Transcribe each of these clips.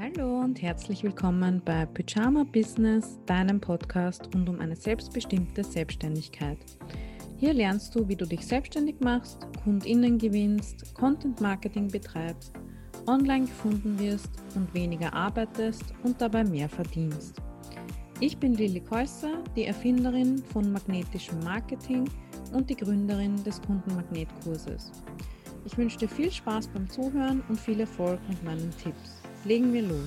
Hallo und herzlich willkommen bei Pyjama Business, deinem Podcast rund um eine selbstbestimmte Selbstständigkeit. Hier lernst du, wie du dich selbstständig machst, KundInnen gewinnst, Content Marketing betreibst, online gefunden wirst und weniger arbeitest und dabei mehr verdienst. Ich bin Lilly Käusser, die Erfinderin von magnetischem Marketing und die Gründerin des Kundenmagnetkurses. Ich wünsche dir viel Spaß beim Zuhören und viel Erfolg mit meinen Tipps. Legen wir los.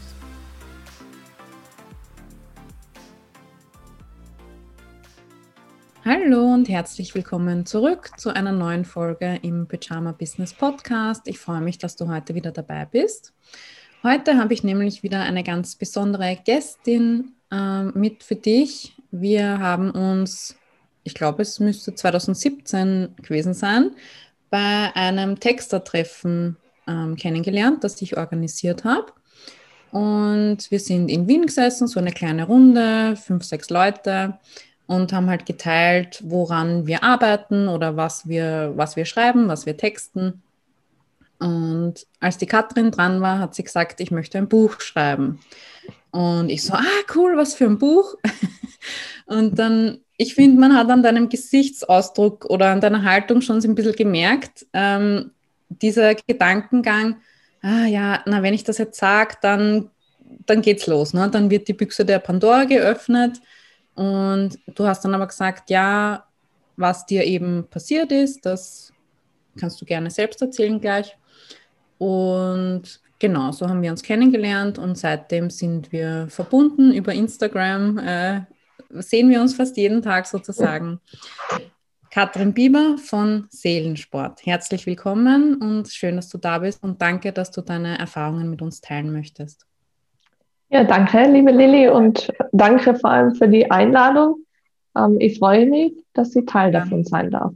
Hallo und herzlich willkommen zurück zu einer neuen Folge im Pyjama Business Podcast. Ich freue mich, dass du heute wieder dabei bist. Heute habe ich nämlich wieder eine ganz besondere Gästin mit für dich. Wir haben uns, ich glaube, es müsste 2017 gewesen sein, bei einem Textertreffen kennengelernt, das ich organisiert habe. Und wir sind in Wien gesessen, so eine kleine Runde, 5, 6 Leute und haben halt geteilt, woran wir arbeiten oder was wir schreiben, was wir texten. Und als die Katrin dran war, hat sie gesagt, ich möchte ein Buch schreiben. Und ich so, cool, was für ein Buch. Und dann, ich finde, man hat an deinem Gesichtsausdruck oder an deiner Haltung schon so ein bisschen gemerkt, dieser Gedankengang, wenn ich das jetzt sage, dann geht's los. Ne? Dann wird die Büchse der Pandora geöffnet und du hast dann aber gesagt, ja, was dir eben passiert ist, das kannst du gerne selbst erzählen gleich. Und genau, so haben wir uns kennengelernt und seitdem sind wir verbunden über Instagram, sehen wir uns fast jeden Tag sozusagen. Katrin Bieber von Seelensport. Herzlich willkommen und schön, dass du da bist und danke, dass du deine Erfahrungen mit uns teilen möchtest. Ja, danke, liebe Lilly, und danke vor allem für die Einladung. Ich freue mich, dass ich Teil davon sein darf.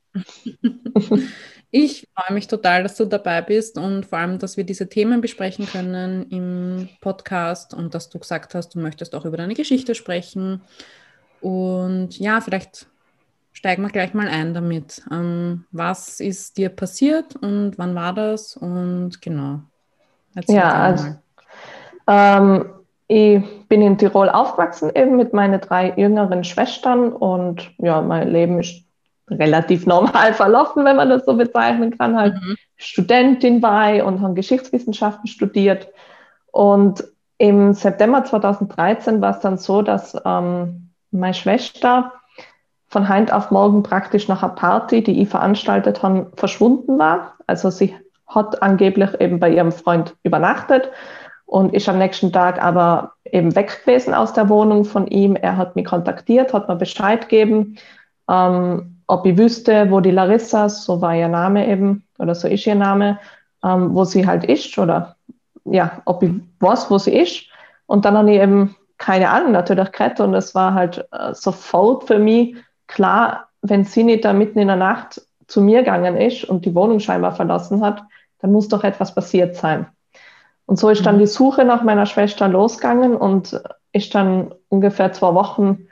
Ich freue mich total, dass du dabei bist und vor allem, dass wir diese Themen besprechen können im Podcast und dass du gesagt hast, du möchtest auch über deine Geschichte sprechen. Und ja, vielleicht steigen wir gleich mal ein damit. Was ist dir passiert und wann war das? Und genau, erzähl gerne mal. Ich bin in Tirol aufgewachsen, eben mit meinen 3 jüngeren Schwestern, und ja, mein Leben ist relativ normal verlaufen, wenn man das so bezeichnen kann. Halt Studentin war ich und habe Geschichtswissenschaften studiert. Und im September 2013 war es dann so, dass meine Schwester von heute auf morgen praktisch nach einer Party, die ich veranstaltet habe, verschwunden war. Also sie hat angeblich eben bei ihrem Freund übernachtet und ist am nächsten Tag aber eben weg gewesen aus der Wohnung von ihm. Er hat mich kontaktiert, hat mir Bescheid gegeben, ob ich wüsste, wo die Larissa, so war ihr Name eben, oder so ist ihr Name, wo sie halt ist, oder ja, ob ich weiß, wo sie ist. Und dann habe ich eben keine Ahnung natürlich gehabt, und es war halt sofort für mich klar, wenn sie nicht da mitten in der Nacht zu mir gegangen ist und die Wohnung scheinbar verlassen hat, dann muss doch etwas passiert sein. Und so ist dann die Suche nach meiner Schwester losgegangen und ist dann ungefähr 2 Wochen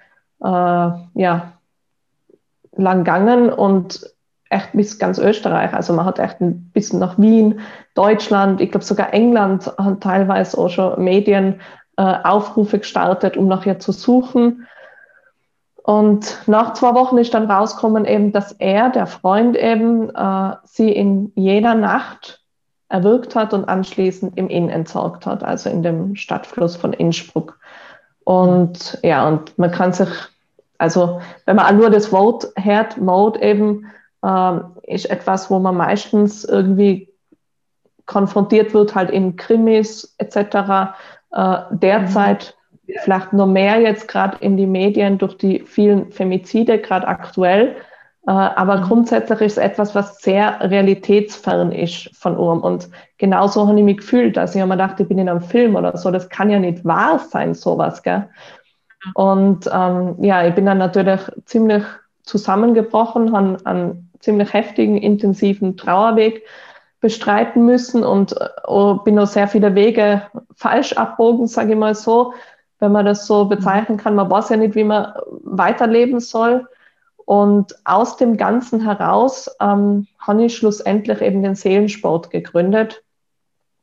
lang gegangen und echt bis ganz Österreich. Also man hat echt ein bisschen nach Wien, Deutschland, ich glaube sogar England hat teilweise auch schon Medien Aufrufe gestartet, um nach ihr zu suchen. Und nach 2 Wochen ist dann rausgekommen eben, dass er, der Freund eben, sie in jener Nacht erwürgt hat und anschließend im Inn entsorgt hat, also in dem Stadtfluss von Innsbruck. Und ja, und man kann sich, also wenn man nur das Wort hört, Mord eben, ist etwas, wo man meistens irgendwie konfrontiert wird, halt in Krimis etc. Derzeit vielleicht noch mehr jetzt gerade in die Medien durch die vielen Femizide, gerade aktuell. Aber grundsätzlich ist es etwas, was sehr realitätsfern ist von ihm. Und genauso habe ich mich gefühlt. Also ich habe mir gedacht, ich bin in einem Film oder so. Das kann ja nicht wahr sein, sowas, gell? Und ich bin dann natürlich ziemlich zusammengebrochen, habe einen ziemlich heftigen, intensiven Trauerweg bestreiten müssen und bin noch sehr viele Wege falsch abbogen, sage ich mal so, wenn man das so bezeichnen kann. Man weiß ja nicht, wie man weiterleben soll. Und aus dem Ganzen heraus habe ich schlussendlich eben den Seelensport gegründet.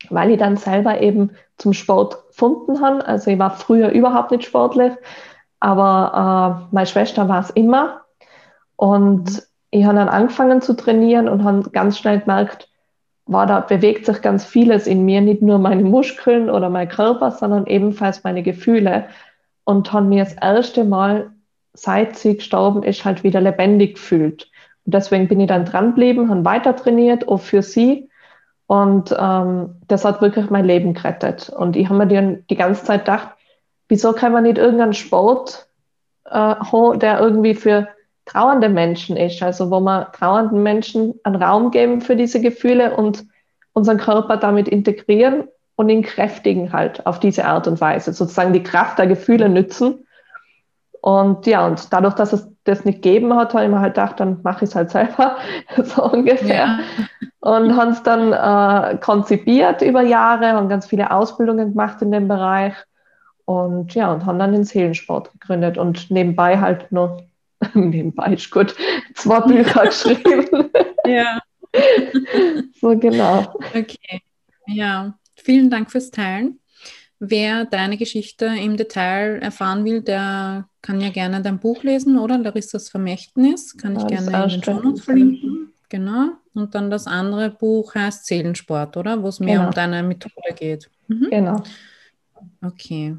weil ich dann selber eben zum Sport gefunden habe. Also ich war früher überhaupt nicht sportlich, aber meine Schwester war es immer. Und ich habe dann angefangen zu trainieren und habe ganz schnell gemerkt, da bewegt sich ganz vieles in mir, nicht nur meine Muskeln oder mein Körper, sondern ebenfalls meine Gefühle. Und habe mir das erste Mal, seit sie gestorben ist, halt wieder lebendig gefühlt. Und deswegen bin ich dann dran geblieben, habe weiter trainiert, auch für sie. Und das hat wirklich mein Leben gerettet. Und ich habe mir dann die ganze Zeit gedacht, wieso kann man nicht irgendeinen Sport haben, der irgendwie für trauernde Menschen ist, also wo man trauernden Menschen einen Raum geben für diese Gefühle und unseren Körper damit integrieren und ihn kräftigen halt auf diese Art und Weise, sozusagen die Kraft der Gefühle nützen. Und ja, und dadurch, dass es das nicht gegeben hat, habe ich mir halt gedacht, dann mache ich es halt selber, so ungefähr. Ja. Und haben es dann konzipiert über Jahre, haben ganz viele Ausbildungen gemacht in dem Bereich und ja, und haben dann den Seelensport gegründet und nebenbei halt noch, nebenbei ist gut, 2 Bücher geschrieben. Ja. So genau. Okay. Ja, vielen Dank fürs Teilen. Wer deine Geschichte im Detail erfahren will, der kann ja gerne dein Buch lesen, oder? Larissas Vermächtnis. Kann ich Ja, das gerne in den erste. Shownotes verlinken. Genau. Und dann das andere Buch heißt Seelensport, oder? Wo es mehr um Genau, deine Methode geht. genau. Okay.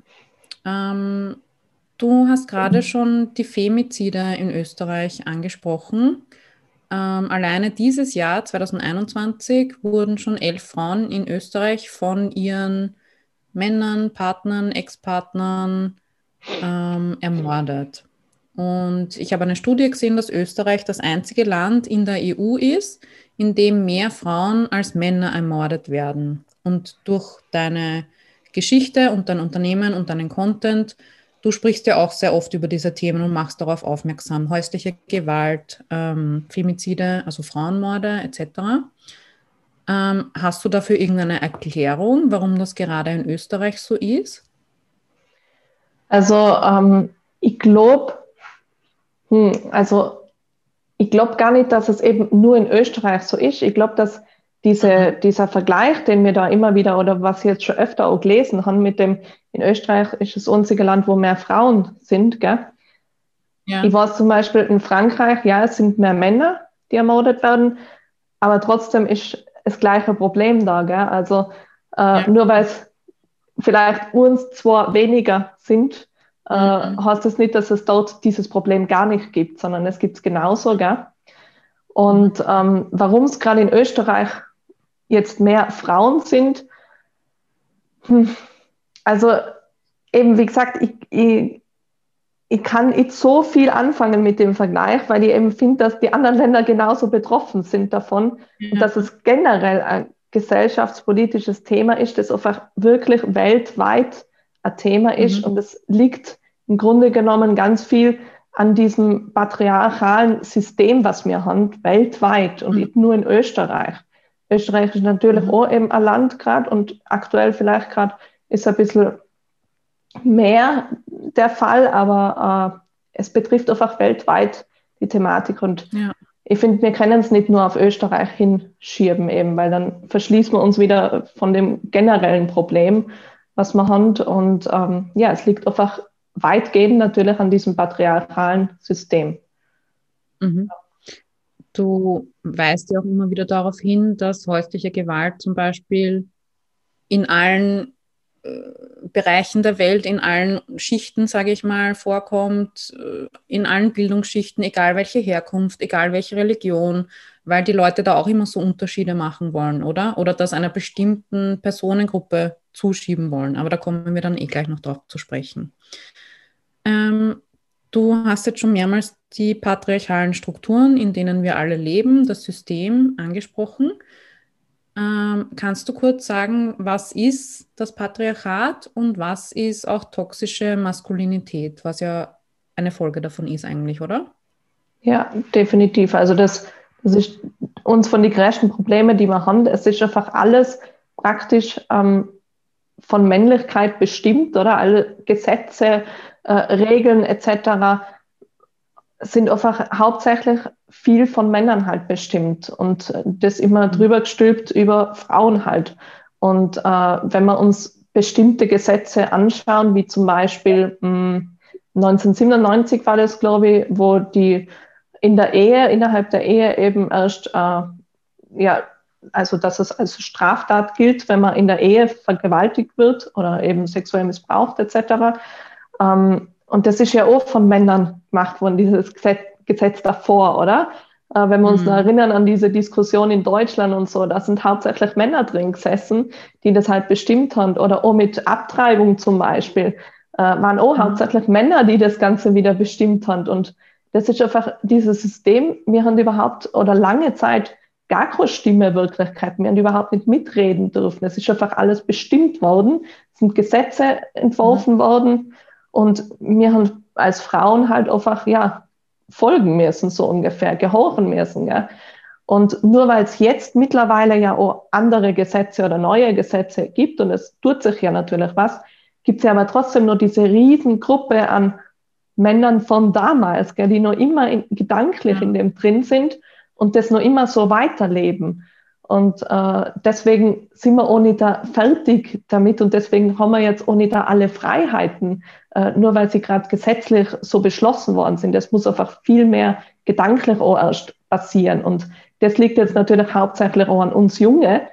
Du hast gerade schon die Femizide in Österreich angesprochen. Alleine dieses Jahr, 2021, wurden schon 11 Frauen in Österreich von ihren Männern, Partnern, Ex-Partnern ermordet. Und ich habe eine Studie gesehen, dass Österreich das einzige Land in der EU ist, in dem mehr Frauen als Männer ermordet werden. Und durch deine Geschichte und dein Unternehmen und deinen Content, du sprichst ja auch sehr oft über diese Themen und machst darauf aufmerksam. Häusliche Gewalt, Femizide, also Frauenmorde etc. Hast du dafür irgendeine Erklärung, warum das gerade in Österreich so ist? Also ich glaube, also ich glaube gar nicht, dass es eben nur in Österreich so ist. Ich glaube, dass dieser Vergleich, den wir da immer wieder oder was ich jetzt schon öfter auch gelesen haben, mit dem, in Österreich ist das einzige Land, wo mehr Frauen sind, gell? Ja. Ich weiß zum Beispiel in Frankreich, ja, es sind mehr Männer, die ermordet werden, aber trotzdem ist das gleiche Problem da, gell? Also Ja. nur weil es vielleicht uns zwar weniger sind, heißt das nicht, dass es dort dieses Problem gar nicht gibt, sondern es gibt es genauso, gell? Und warum es gerade in Österreich jetzt mehr Frauen sind, also eben wie gesagt, ich kann nicht so viel anfangen mit dem Vergleich, weil ich eben finde, dass die anderen Länder genauso betroffen sind davon und dass es generell ein gesellschaftspolitisches Thema ist, das einfach wirklich weltweit ein Thema ist und es liegt im Grunde genommen ganz viel an diesem patriarchalen System, was wir haben, weltweit und nicht nur in Österreich. Österreich ist natürlich auch eben ein Land gerade und aktuell vielleicht gerade ist ein bisschen mehr der Fall, aber es betrifft einfach weltweit die Thematik und ich finde, wir können es nicht nur auf Österreich hinschieben eben, weil dann verschließen wir uns wieder von dem generellen Problem, was wir haben und ja, es liegt einfach weitgehend natürlich an diesem patriarchalen System. Mhm. Du weist ja auch immer wieder darauf hin, dass häusliche Gewalt zum Beispiel in allen Bereichen der Welt, in allen Schichten, sage ich mal, vorkommt, in allen Bildungsschichten, egal welche Herkunft, egal welche Religion, weil die Leute da auch immer so Unterschiede machen wollen, oder? Oder das einer bestimmten Personengruppe zuschieben wollen. Aber da kommen wir dann eh gleich noch drauf zu sprechen. Du hast jetzt schon mehrmals die patriarchalen Strukturen, in denen wir alle leben, das System angesprochen. Kannst du kurz sagen, was ist das Patriarchat und was ist auch toxische Maskulinität, was ja eine Folge davon ist eigentlich, oder? Ja, definitiv. Also das ist uns von den größten Problemen, die wir haben. Es ist einfach alles praktisch von Männlichkeit bestimmt, oder? Alle Gesetze, Regeln etc. sind einfach hauptsächlich viel von Männern halt bestimmt und das immer drüber gestülpt über Frauen halt. Und wenn wir uns bestimmte Gesetze anschauen, wie zum Beispiel 1997 war das, glaube ich, wo die innerhalb der Ehe eben erst, also dass es als Straftat gilt, wenn man in der Ehe vergewaltigt wird oder eben sexuell missbraucht etc. Und das ist ja auch von Männern gemacht worden, dieses Gesetz davor, oder? Wenn wir uns noch erinnern an diese Diskussion in Deutschland und so, da sind hauptsächlich Männer drin gesessen, die das halt bestimmt haben. Oder auch mit Abtreibung zum Beispiel, waren auch hauptsächlich Männer, die das Ganze wieder bestimmt haben. Und das ist einfach dieses System, wir haben überhaupt oder lange Zeit gar keine Stimme Wirklichkeit, wir haben überhaupt nicht mitreden dürfen. Es ist einfach alles bestimmt worden, es sind Gesetze entworfen worden und wir haben als Frauen halt einfach, folgen müssen, so ungefähr, gehorchen müssen. Ja. Und nur weil es jetzt mittlerweile ja auch andere Gesetze oder neue Gesetze gibt, und es tut sich ja natürlich was, gibt es ja aber trotzdem nur diese Riesengruppe an Männern von damals, gell, die noch immer gedanklich in dem drin sind und das noch immer so weiterleben. Und deswegen sind wir auch nicht da fertig damit und deswegen haben wir jetzt auch nicht da alle Freiheiten, nur weil sie gerade gesetzlich so beschlossen worden sind. Das muss einfach viel mehr gedanklich auch erst passieren. Und das liegt jetzt natürlich hauptsächlich auch an uns Junge,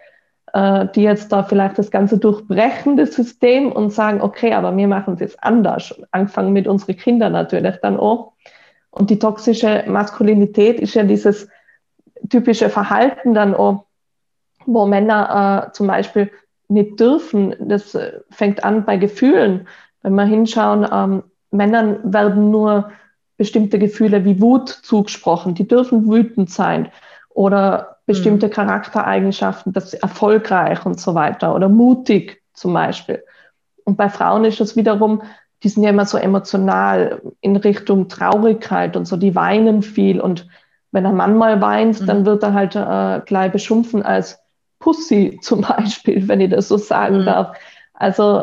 die jetzt da vielleicht das Ganze durchbrechen, das System, und sagen, okay, aber wir machen es jetzt anders. Angefangen mit unseren Kindern natürlich dann auch. Und die toxische Maskulinität ist ja dieses typische Verhalten dann auch, wo Männer zum Beispiel nicht dürfen. Das fängt an bei Gefühlen. Wenn wir hinschauen, Männern werden nur bestimmte Gefühle wie Wut zugesprochen. Die dürfen wütend sein. Oder bestimmte Charaktereigenschaften, das ist erfolgreich und so weiter. Oder mutig zum Beispiel. Und bei Frauen ist es wiederum, die sind ja immer so emotional in Richtung Traurigkeit und so. Die weinen viel. Und wenn ein Mann mal weint, dann wird er halt gleich beschimpfen als Pussy zum Beispiel, wenn ich das so sagen darf. Also,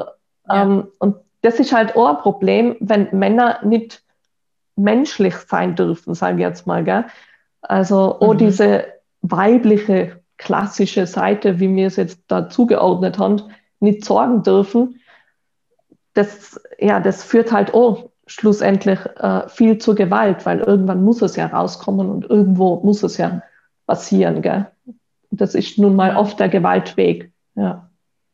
und das ist halt auch ein Problem, wenn Männer nicht menschlich sein dürfen, sage ich jetzt mal. Gell? Also, diese weibliche, klassische Seite, wie wir es jetzt da zugeordnet haben, nicht sorgen dürfen, das führt halt auch schlussendlich viel zur Gewalt, weil irgendwann muss es ja rauskommen und irgendwo muss es ja passieren. Gell? Das ist nun mal oft der Gewaltweg. Ja,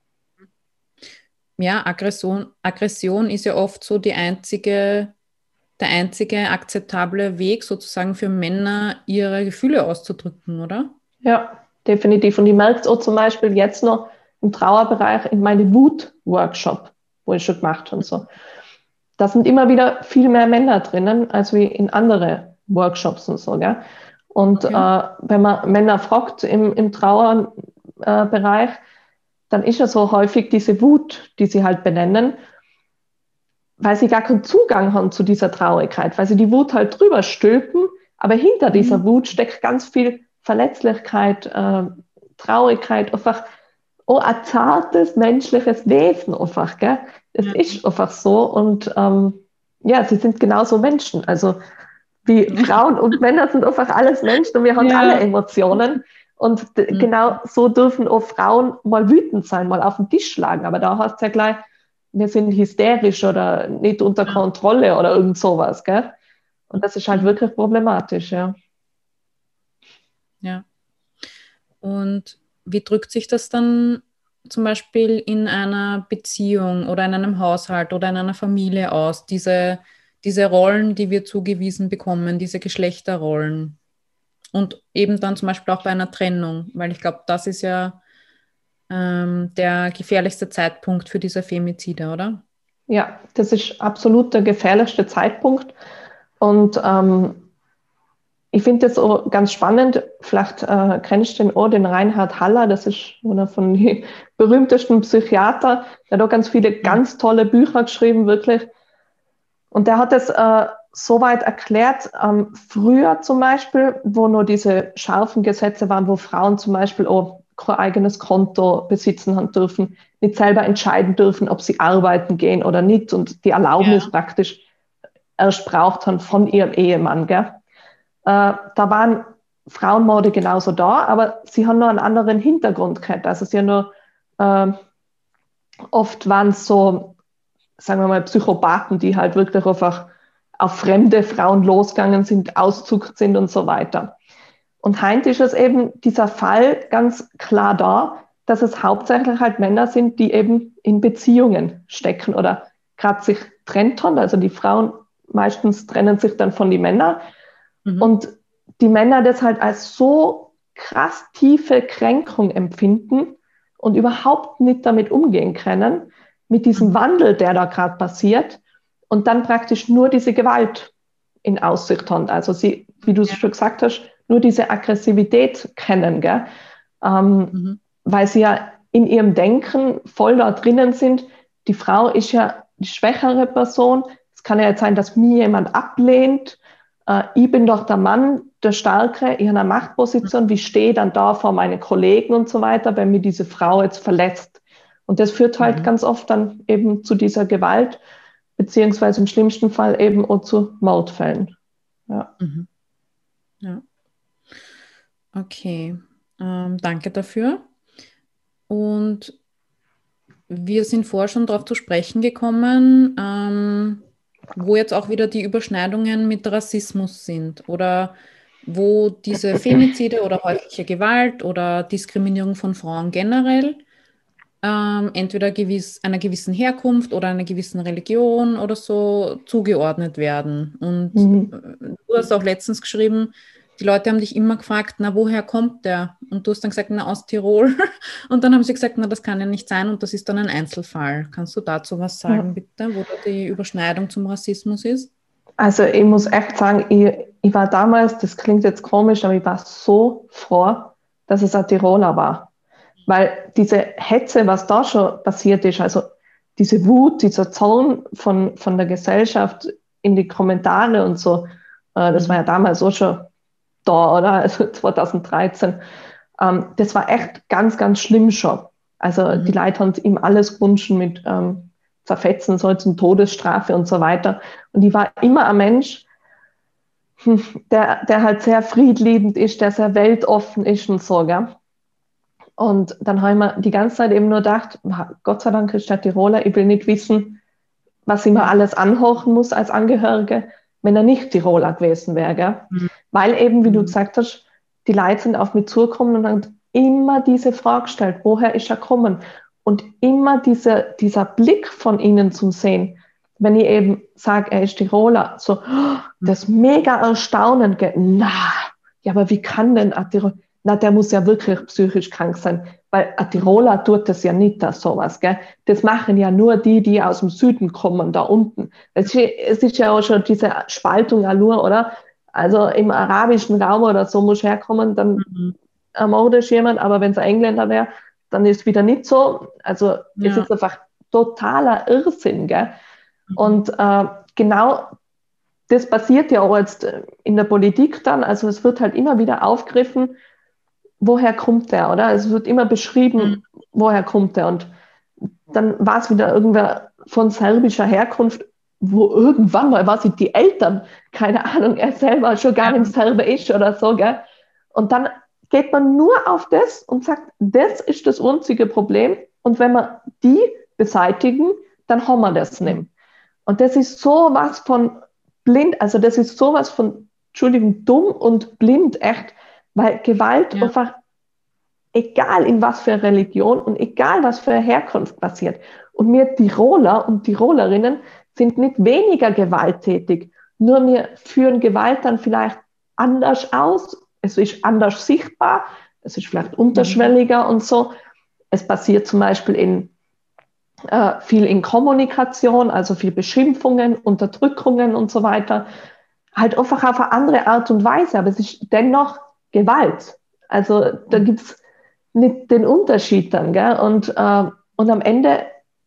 Aggression ist ja oft so der einzige akzeptable Weg sozusagen für Männer, ihre Gefühle auszudrücken, oder? Ja, definitiv. Und ich merke es auch zum Beispiel jetzt noch im Trauerbereich in meinem Wut-Workshop, wo ich schon gemacht habe. Und so. Da sind immer wieder viel mehr Männer drinnen, als wie in andere Workshops und so. Gell? Und wenn man Männer fragt im Trauerbereich, dann ist ja so häufig diese Wut, die sie halt benennen, weil sie gar keinen Zugang haben zu dieser Traurigkeit, weil sie die Wut halt drüber stülpen, aber hinter dieser Wut steckt ganz viel Verletzlichkeit, Traurigkeit, einfach ein zartes menschliches Wesen einfach, gell? Es ist einfach so und sie sind genauso Menschen, also wie Frauen und Männer sind einfach alles Menschen und wir haben alle Emotionen. Und genau so dürfen auch Frauen mal wütend sein, mal auf den Tisch schlagen. Aber da hast du ja gleich, wir sind hysterisch oder nicht unter Kontrolle oder irgend sowas. Gell? Und das ist halt wirklich problematisch. Ja. Ja. Und wie drückt sich das dann zum Beispiel in einer Beziehung oder in einem Haushalt oder in einer Familie aus? Diese Rollen, die wir zugewiesen bekommen, diese Geschlechterrollen. Und eben dann zum Beispiel auch bei einer Trennung, weil ich glaube, das ist ja der gefährlichste Zeitpunkt für diese Femizide, oder? Ja, das ist absolut der gefährlichste Zeitpunkt. Und ich finde das auch ganz spannend. Vielleicht kennst du den Reinhard Haller, das ist einer von den berühmtesten Psychiater. Der hat auch ganz viele ganz tolle Bücher geschrieben, wirklich. Und der hat es soweit erklärt, früher zum Beispiel, wo nur diese scharfen Gesetze waren, wo Frauen zum Beispiel auch kein eigenes Konto besitzen haben dürfen, nicht selber entscheiden dürfen, ob sie arbeiten gehen oder nicht und die Erlaubnis praktisch erst braucht haben von ihrem Ehemann. Gell? Da waren Frauenmorde genauso da, aber sie haben nur einen anderen Hintergrund gehabt. Also sie haben nur oft waren es so, sagen wir mal, Psychopathen, die halt wirklich einfach auf fremde Frauen losgegangen sind, auszuckt sind und so weiter. Und heute ist es eben dieser Fall ganz klar da, dass es hauptsächlich halt Männer sind, die eben in Beziehungen stecken oder gerade sich trennt haben. Also die Frauen meistens trennen sich dann von den Männern. Und die Männer das halt als so krass tiefe Kränkung empfinden und überhaupt nicht damit umgehen können, mit diesem Wandel, der da gerade passiert, und dann praktisch nur diese Gewalt in Aussicht haben. Also sie, wie du es schon gesagt hast, nur diese Aggressivität kennen, gell? Weil sie ja in ihrem Denken voll da drinnen sind. Die Frau ist ja die schwächere Person. Es kann ja jetzt sein, dass mir jemand ablehnt. Ich bin doch der Mann, der Starke, ich habe eine Machtposition. Wie stehe ich dann da vor meinen Kollegen und so weiter, wenn mir diese Frau jetzt verletzt? Und das führt halt ganz oft dann eben zu dieser Gewalt, beziehungsweise im schlimmsten Fall eben auch zu Mordfällen. Ja. Ja. Okay, danke dafür. Und wir sind vorher schon darauf zu sprechen gekommen, wo jetzt auch wieder die Überschneidungen mit Rassismus sind oder wo diese Femizide oder häusliche Gewalt oder Diskriminierung von Frauen generell entweder einer gewissen Herkunft oder einer gewissen Religion oder so zugeordnet werden. Und du hast auch letztens geschrieben, die Leute haben dich immer gefragt, na, woher kommt der? Und du hast dann gesagt, na, aus Tirol. Und dann haben sie gesagt, na, das kann ja nicht sein und das ist dann ein Einzelfall. Kannst du dazu was sagen, bitte, wo da die Überschneidung zum Rassismus ist? Also ich muss echt sagen, ich war damals, das klingt jetzt komisch, aber ich war so froh, dass es ein Tiroler war. Weil diese Hetze, was da schon passiert ist, also diese Wut, dieser Zorn von der Gesellschaft in die Kommentare und so, das war ja damals auch schon da, oder? Also 2013. Das war echt ganz, ganz schlimm schon. Also die Leute haben ihm alles gewünscht mit zerfetzen soll zum Todesstrafe und so weiter. Und ich war immer ein Mensch, der halt sehr friedliebend ist, der sehr weltoffen ist und so, gell? Und dann habe ich mir die ganze Zeit eben nur gedacht, Gott sei Dank ist der Tiroler, ich will nicht wissen, was ich mir alles anhören muss als Angehörige, wenn er nicht Tiroler gewesen wäre. Gell? Weil eben, wie du gesagt hast, die Leute sind auf mich zugekommen und haben immer diese Frage gestellt, woher ist er gekommen? Und immer dieser Blick von ihnen zum Sehen, wenn ich eben sage, er ist Tiroler, so, das mega Erstaunen, na, ja, aber wie kann denn ein Tiroler? Na, der muss ja wirklich psychisch krank sein, weil ein Tiroler tut das ja nicht, das sowas, gell? Das machen ja nur die aus dem Süden kommen, da unten. Es ist ja auch schon diese Spaltung, oder? Also im arabischen Raum oder so muss herkommen, dann ermordest jemand, aber wenn es ein Engländer wäre, dann ist es wieder nicht so. Also es ist einfach totaler Irrsinn, gell? Und genau das passiert ja auch jetzt in der Politik dann, also es wird halt immer wieder aufgegriffen, woher kommt der, oder? Es wird immer beschrieben, woher kommt der. Und dann war es wieder irgendwer von serbischer Herkunft, wo irgendwann mal, was ich, die Eltern, keine Ahnung, er selber schon gar nicht Serbe ist oder so, gell? Und dann geht man nur auf das und sagt, das ist das einzige Problem. Und wenn wir die beseitigen, dann haben wir das nicht. Und das ist sowas von blind, also das ist sowas von, Entschuldigung, dumm und blind, echt. Weil Gewalt einfach, egal in was für eine Religion und egal was für eine Herkunft passiert. Und wir Tiroler und Tirolerinnen sind nicht weniger gewalttätig, nur wir führen Gewalt dann vielleicht anders aus. Es ist anders sichtbar, es ist vielleicht unterschwelliger und so. Es passiert zum Beispiel viel in Kommunikation, also viel Beschimpfungen, Unterdrückungen und so weiter. Halt einfach auf eine andere Art und Weise, aber es ist dennoch Gewalt. Also da gibt es nicht den Unterschied dann. Gell? Und am Ende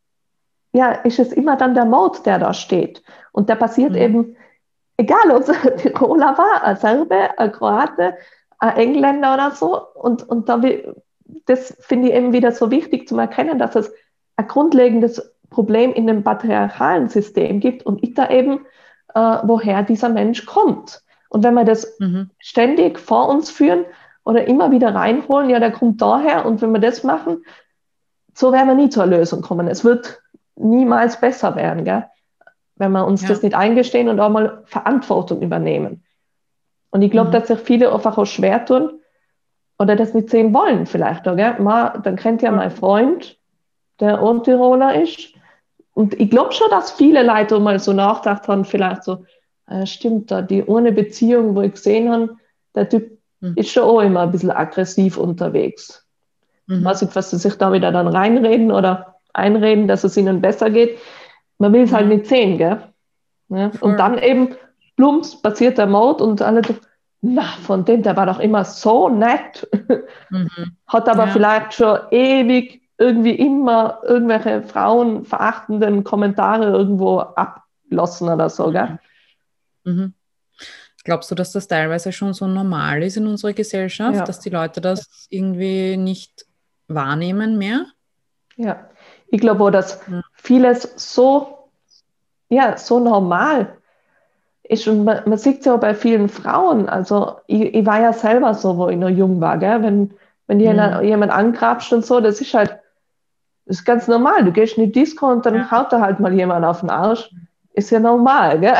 ist es immer dann der Mord, der da steht. Und der passiert eben, egal ob es ein Tiroler war, ein Serbe, ein Kroate, ein Engländer oder so. Und das finde ich eben wieder so wichtig zu erkennen, dass es ein grundlegendes Problem in dem patriarchalen System gibt und ich da eben, woher dieser Mensch kommt. Und wenn wir das ständig vor uns führen oder immer wieder reinholen, ja, der kommt daher und wenn wir das machen, so werden wir nie zur Lösung kommen. Es wird niemals besser werden, gell? Wenn wir uns das nicht eingestehen und auch mal Verantwortung übernehmen. Und ich glaube, dass sich viele einfach auch schwer tun oder das nicht sehen wollen vielleicht. Gell? Dann kennt ja mein Freund, der Urtiroler ist. Und ich glaube schon, dass viele Leute mal so nachgedacht haben, vielleicht so, stimmt, da die ohne Beziehung, wo ich gesehen habe, der Typ ist schon auch immer ein bisschen aggressiv unterwegs. Ich weiß nicht, was sie sich da wieder dann reinreden oder einreden, dass es ihnen besser geht. Man will es halt nicht sehen, gell? Ja? Und dann eben, plumps, passiert der Mord und alle so, na, von dem, der war doch immer so nett. Hat aber vielleicht schon ewig irgendwie immer irgendwelche frauenverachtenden Kommentare irgendwo abgelassen oder so, gell? Glaubst du, dass das teilweise schon so normal ist in unserer Gesellschaft, dass die Leute das irgendwie nicht wahrnehmen mehr? Ja, ich glaube auch, dass vieles so normal ist und man sieht es ja auch bei vielen Frauen. Also ich war ja selber so, wo ich noch jung war, gell? Wenn jemand angrapscht und so, das ist ganz normal. Du gehst in die Disco und dann haut da halt mal jemand auf den Arsch. Ist ja normal, gell?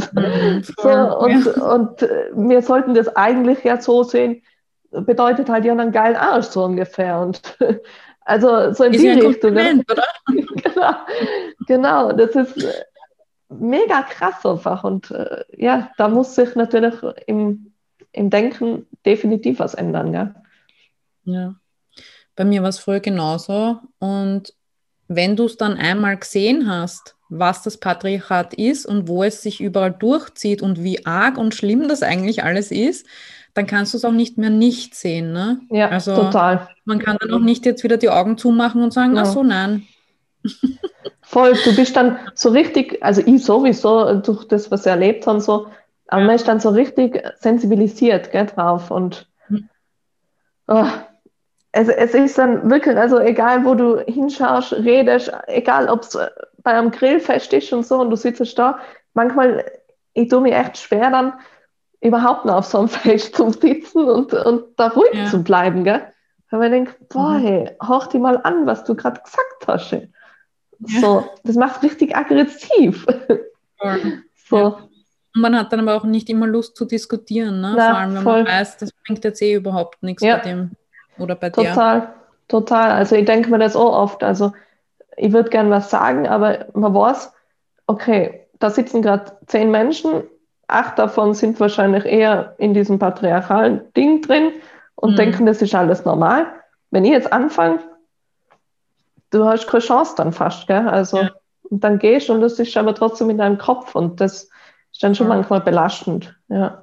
Und wir sollten das eigentlich ja so sehen, bedeutet halt ja einen geilen Arsch so ungefähr. Und also so in die Richtung. Ne? Oder? Genau, das ist mega krass einfach. Und da muss sich natürlich im Denken definitiv was ändern. Gell? Ja. Bei mir war es früher genauso. Und wenn du es dann einmal gesehen hast, was das Patriarchat ist und wo es sich überall durchzieht und wie arg und schlimm das eigentlich alles ist, dann kannst du es auch nicht mehr nicht sehen. Ne? Ja, also, total. Man kann dann auch nicht jetzt wieder die Augen zumachen und sagen, ach so, nein. Voll, du bist dann so richtig, also ich sowieso durch das, was ich erlebt habe, so, aber man ist dann so richtig sensibilisiert, gell, drauf und es ist dann wirklich, also egal wo du hinschaust, redest, egal ob es bei einem Grillfest ist und so und du sitzt da, manchmal, ich tue mich echt schwer dann überhaupt noch auf so einem Fest zu sitzen und da ruhig zu bleiben, gell? Weil man denkt, boah, hey, hör dich mal an, was du gerade gesagt hast. Hey. So, das macht richtig aggressiv. So. Ja. Und man hat dann aber auch nicht immer Lust zu diskutieren, ne? Vor allem, wenn man weiß, das bringt jetzt überhaupt nichts bei dem oder bei der. Total. Also ich denke mir das auch oft. Also ich würde gern was sagen, aber man weiß, okay, da sitzen gerade 10 Menschen, 8 davon sind wahrscheinlich eher in diesem patriarchalen Ding drin und denken, das ist alles normal. Wenn ich jetzt anfange, du hast keine Chance dann fast, gell? Also und dann gehst und das ist aber trotzdem in deinem Kopf und das ist dann schon manchmal belastend. Ja.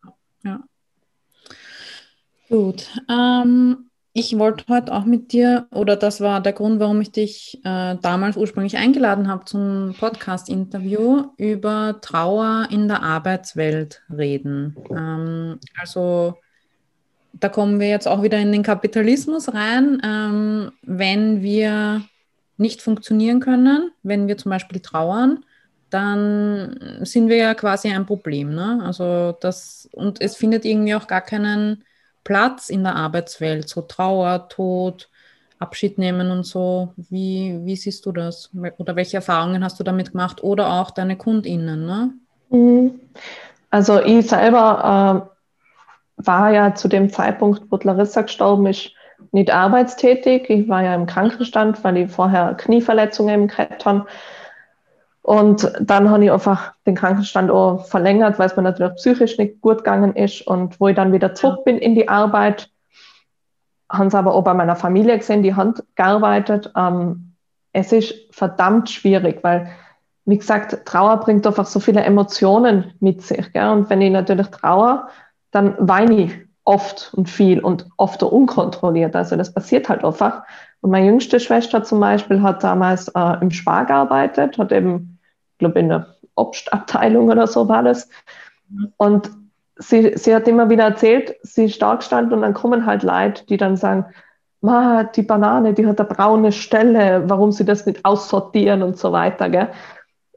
Gut. Ich wollte heute auch mit dir, oder das war der Grund, warum ich dich damals ursprünglich eingeladen habe zum Podcast-Interview, über Trauer in der Arbeitswelt reden. Also da kommen wir jetzt auch wieder in den Kapitalismus rein. Wenn wir nicht funktionieren können, wenn wir zum Beispiel trauern, dann sind wir ja quasi ein Problem. Ne? Und es findet irgendwie auch gar keinen Platz in der Arbeitswelt, so Trauer, Tod, Abschied nehmen und so. Wie siehst du das? Oder welche Erfahrungen hast du damit gemacht? Oder auch deine KundInnen, ne? Also ich selber war ja zu dem Zeitpunkt, wo Larissa gestorben ist, nicht arbeitstätig. Ich war ja im Krankenstand, weil ich vorher Knieverletzungen gehabt habe. Und dann habe ich einfach den Krankenstand auch verlängert, weil es mir natürlich psychisch nicht gut gegangen ist. Und wo ich dann wieder zurück bin in die Arbeit, haben sie aber auch bei meiner Familie gesehen, die haben gearbeitet. Es ist verdammt schwierig, weil, wie gesagt, Trauer bringt einfach so viele Emotionen mit sich. Gell? Und wenn ich natürlich trauere, dann weine ich oft und viel und oft auch unkontrolliert. Also das passiert halt einfach. Und meine jüngste Schwester zum Beispiel hat damals im Spar gearbeitet, hat eben, ich glaube, in der Obstabteilung oder so war das. Und sie hat immer wieder erzählt, sie ist da gestanden und dann kommen halt Leute, die dann sagen, die Banane, die hat eine braune Stelle, warum sie das nicht aussortieren und so weiter. Gell?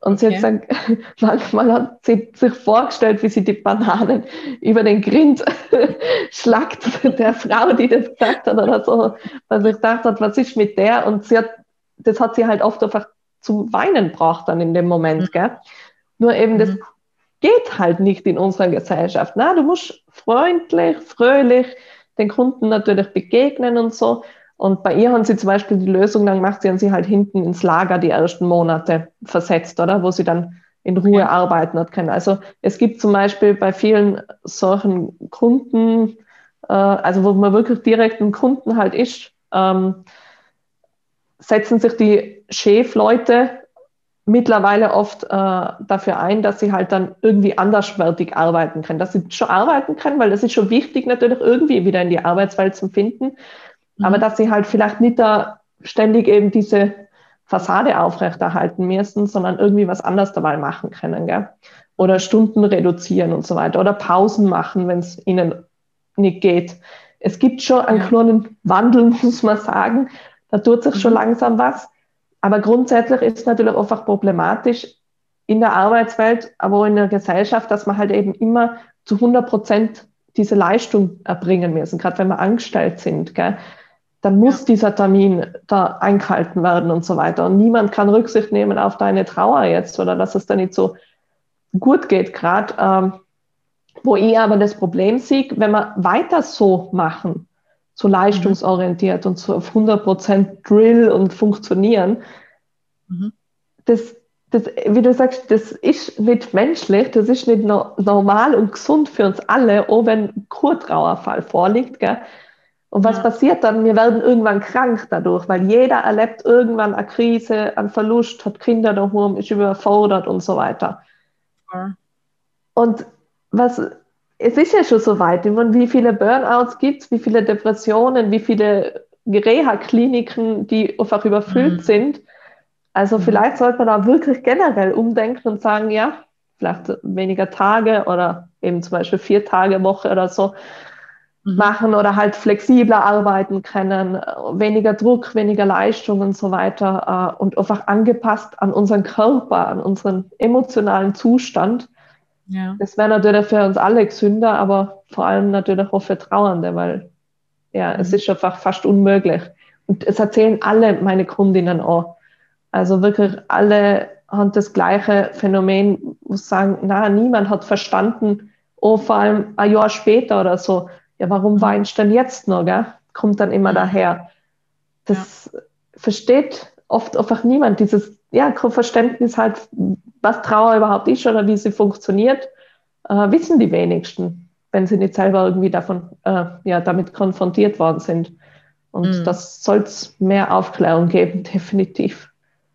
Und sie hat gesagt, manchmal hat sie sich vorgestellt, wie sie die Bananen über den Grind schlagt, der Frau, die das gesagt hat oder so, weil sie gedacht hat, was ist mit der? Und das hat sie halt oft einfach zum Weinen gebracht dann in dem Moment, gell? Nur eben, das geht halt nicht in unserer Gesellschaft. Na, du musst freundlich, fröhlich den Kunden natürlich begegnen und so. Und bei ihr haben sie zum Beispiel die Lösung dann gemacht, sie haben sie halt hinten ins Lager die ersten Monate versetzt, oder? Wo sie dann in Ruhe arbeiten hat können. Also es gibt zum Beispiel bei vielen solchen Kunden, also wo man wirklich direkt ein Kunden halt ist, setzen sich die Chefleute mittlerweile oft dafür ein, dass sie halt dann irgendwie anderswertig arbeiten können. Dass sie schon arbeiten können, weil das ist schon wichtig natürlich irgendwie wieder in die Arbeitswelt zu finden, aber dass sie halt vielleicht nicht da ständig eben diese Fassade aufrechterhalten müssen, sondern irgendwie was anderes dabei machen können, gell? Oder Stunden reduzieren und so weiter oder Pausen machen, wenn es ihnen nicht geht. Es gibt schon einen kleinen Wandel, muss man sagen. Da tut sich schon langsam was. Aber grundsätzlich ist es natürlich einfach problematisch in der Arbeitswelt, aber auch in der Gesellschaft, dass man halt eben immer zu 100% diese Leistung erbringen müssen, gerade wenn wir angestellt sind, gell? Dann muss dieser Termin da eingehalten werden und so weiter. Und niemand kann Rücksicht nehmen auf deine Trauer jetzt oder dass es da nicht so gut geht gerade. Wo ich aber das Problem sehe, wenn wir weiter so machen, so leistungsorientiert und so auf 100% Drill und funktionieren, das, wie du sagst, das ist nicht menschlich, das ist nicht normal und gesund für uns alle, auch wenn ein Trauerfall vorliegt, gell? Und was passiert dann? Wir werden irgendwann krank dadurch, weil jeder erlebt irgendwann eine Krise, einen Verlust, hat Kinder daheim, ist überfordert und so weiter. Und es ist ja schon so weit, wie viele Burnouts gibt es, wie viele Depressionen, wie viele Reha-Kliniken, die einfach überfüllt sind. Also vielleicht sollte man da wirklich generell umdenken und sagen, ja, vielleicht weniger Tage oder eben zum Beispiel 4 Tage Woche oder so machen oder halt flexibler arbeiten können, weniger Druck, weniger Leistung und so weiter und einfach angepasst an unseren Körper, an unseren emotionalen Zustand. Ja. Das wäre natürlich für uns alle gesünder, aber vor allem natürlich auch für Trauernde, weil es ist einfach fast unmöglich. Und es erzählen alle meine Kundinnen auch. Also wirklich alle haben das gleiche Phänomen, wo sie sagen, na, niemand hat verstanden, vor allem ein Jahr später oder so, ja, warum weinst du denn jetzt noch, gell? Kommt dann immer daher. Das versteht oft einfach niemand, dieses, Verständnis halt, was Trauer überhaupt ist oder wie sie funktioniert, wissen die wenigsten, wenn sie nicht selber irgendwie damit konfrontiert worden sind. Und das soll es mehr Aufklärung geben, definitiv.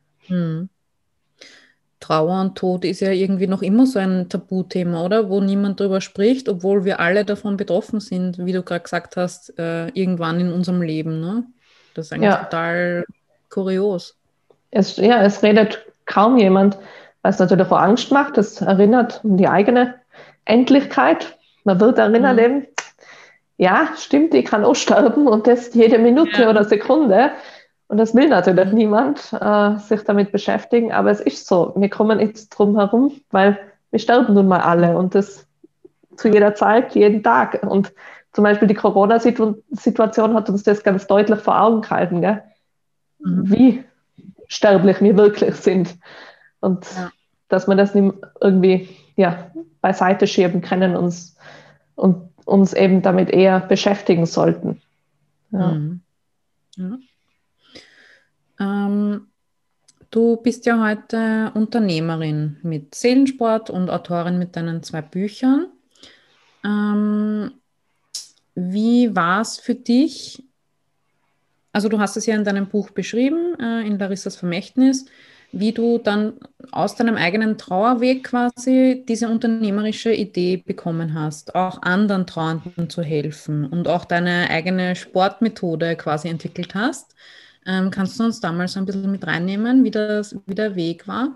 Trauer und Tod ist ja irgendwie noch immer so ein Tabuthema, oder? Wo niemand drüber spricht, obwohl wir alle davon betroffen sind, wie du gerade gesagt hast, irgendwann in unserem Leben. Ne? Das ist eigentlich total kurios. Es redet kaum jemand, weil es natürlich auch Angst macht. Das erinnert an die eigene Endlichkeit. Man wird erinnert eben, ja, stimmt, ich kann auch sterben und das jede Minute oder Sekunde. Und das will natürlich niemand sich damit beschäftigen, aber es ist so. Wir kommen jetzt drum herum, weil wir sterben nun mal alle und das zu jeder Zeit, jeden Tag. Und zum Beispiel die Corona-Situation hat uns das ganz deutlich vor Augen gehalten, gell? Wie sterblich wir wirklich sind. Und dass wir das nicht irgendwie beiseite schieben können und uns eben damit eher beschäftigen sollten. Ja. Du bist ja heute Unternehmerin mit Seelensport und Autorin mit deinen 2 Büchern. Wie war es für dich? Also du hast es ja in deinem Buch beschrieben, in Larissas Vermächtnis, wie du dann aus deinem eigenen Trauerweg quasi diese unternehmerische Idee bekommen hast, auch anderen Trauernden zu helfen und auch deine eigene Sportmethode quasi entwickelt hast. Kannst du uns damals ein bisschen mit reinnehmen, wie der Weg war?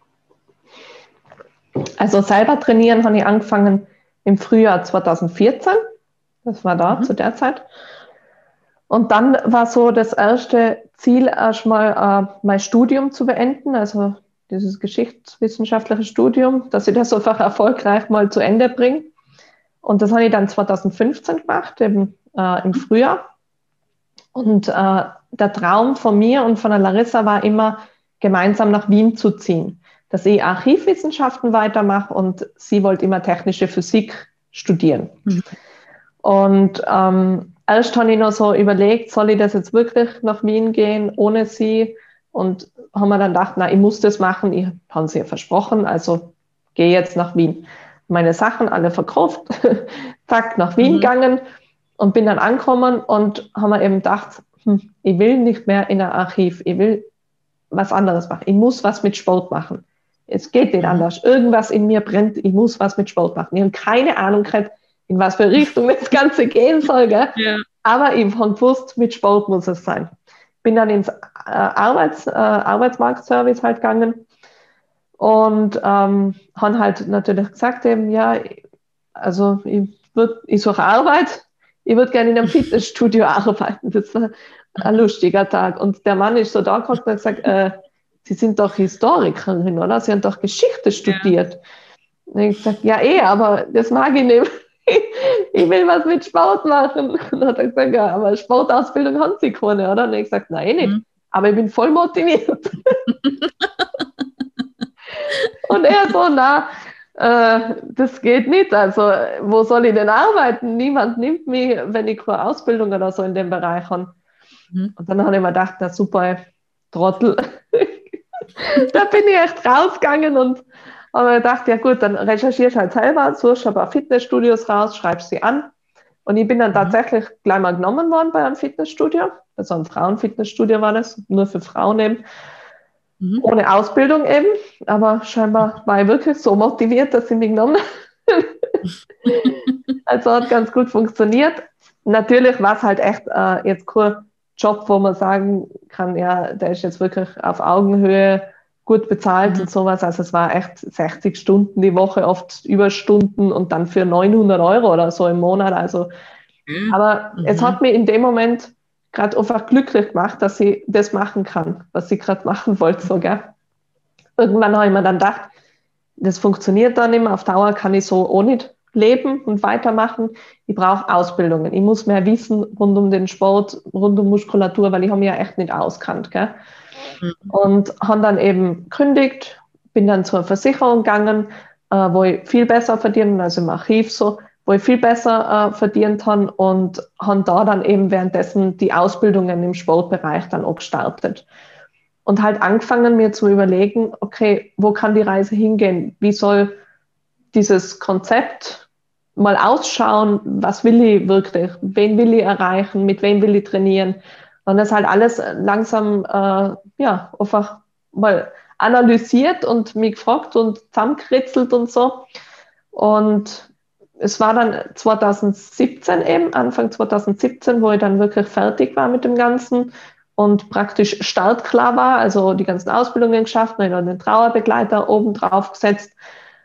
Also selber trainieren habe ich angefangen im Frühjahr 2014. Das war da zu der Zeit. Und dann war so das erste Ziel, erstmal mein Studium zu beenden, also dieses geschichtswissenschaftliche Studium, dass ich das einfach erfolgreich mal zu Ende bringe. Und das habe ich dann 2015 gemacht, eben im Frühjahr. Und der Traum von mir und von der Larissa war immer, gemeinsam nach Wien zu ziehen. Dass ich Archivwissenschaften weitermache und sie wollte immer technische Physik studieren. Und erst habe ich noch so überlegt, soll ich das jetzt wirklich nach Wien gehen, ohne sie? Und haben wir dann gedacht, na, ich muss das machen, ich habe es ihr versprochen, also gehe jetzt nach Wien. Meine Sachen alle verkauft, zack, nach Wien gegangen und bin dann angekommen und haben mir eben gedacht, ich will nicht mehr in ein Archiv, ich will was anderes machen, ich muss was mit Sport machen. Es geht nicht anders, irgendwas in mir brennt, ich muss was mit Sport machen. Ich habe keine Ahnung gehabt, in was für Richtung das Ganze gehen soll, gell? Ja. Aber ich habe gewusst, mit Sport muss es sein. Bin dann ins Arbeitsmarktservice halt gegangen und haben halt natürlich gesagt eben, ja, also ich suche Arbeit, ich würde gerne in einem Fitnessstudio arbeiten. Das war ein lustiger Tag. Und der Mann ist so da gekommen und hat gesagt, Sie sind doch Historikerin, oder? Sie haben doch Geschichte studiert. Ja. Und ich gesagt, ja aber das mag ich nicht. Ich will was mit Sport machen. Und dann hat er gesagt, ja, aber Sportausbildung haben Sie keine, oder? Und ich gesagt, nein, nicht. Aber ich bin voll motiviert. Und er so, das geht nicht. Also, wo soll ich denn arbeiten? Niemand nimmt mich, wenn ich keine Ausbildung oder so in dem Bereich habe. Und dann habe ich mir gedacht, na super, Trottel. Da bin ich echt rausgegangen und habe mir gedacht, ja gut, dann recherchierst halt selber, suchst ein paar Fitnessstudios raus, schreibst sie an. Und ich bin dann tatsächlich gleich mal genommen worden bei einem Fitnessstudio. Also ein Frauenfitnessstudio war das, nur für Frauen eben. Ohne Ausbildung eben. Aber scheinbar war ich wirklich so motiviert, dass sie mich genommen haben. Also hat ganz gut funktioniert. Natürlich war es halt echt jetzt kein Job, wo man sagen kann, ja, der ist jetzt wirklich auf Augenhöhe gut bezahlt und sowas. Also es war echt 60 Stunden die Woche, oft Überstunden und dann für 900 Euro oder so im Monat. Also, aber es hat mich in dem Moment gerade einfach glücklich gemacht, dass ich das machen kann, was ich gerade machen wollte. So, gell? Irgendwann habe ich mir dann gedacht, das funktioniert dann nicht mehr. Auf Dauer kann ich so auch nicht leben und weitermachen. Ich brauche Ausbildungen. Ich muss mehr wissen rund um den Sport, rund um Muskulatur, weil ich habe mich ja echt nicht auskannt. Gell? Und habe dann eben gekündigt, bin dann zur Versicherung gegangen, wo ich viel besser verdiene, also im Archiv so, wo ich viel besser verdient habe und habe da dann eben währenddessen die Ausbildungen im Sportbereich dann auch gestartet. Und halt angefangen, mir zu überlegen, okay, wo kann die Reise hingehen? Wie soll dieses Konzept mal ausschauen? Was will ich wirklich? Wen will ich erreichen? Mit wem will ich trainieren? Und das halt alles langsam, einfach mal analysiert und mich gefragt und zusammengekritzelt und so. Und es war dann 2017 eben, Anfang 2017, wo ich dann wirklich fertig war mit dem Ganzen und praktisch startklar war, also die ganzen Ausbildungen geschafft, noch den Trauerbegleiter oben drauf gesetzt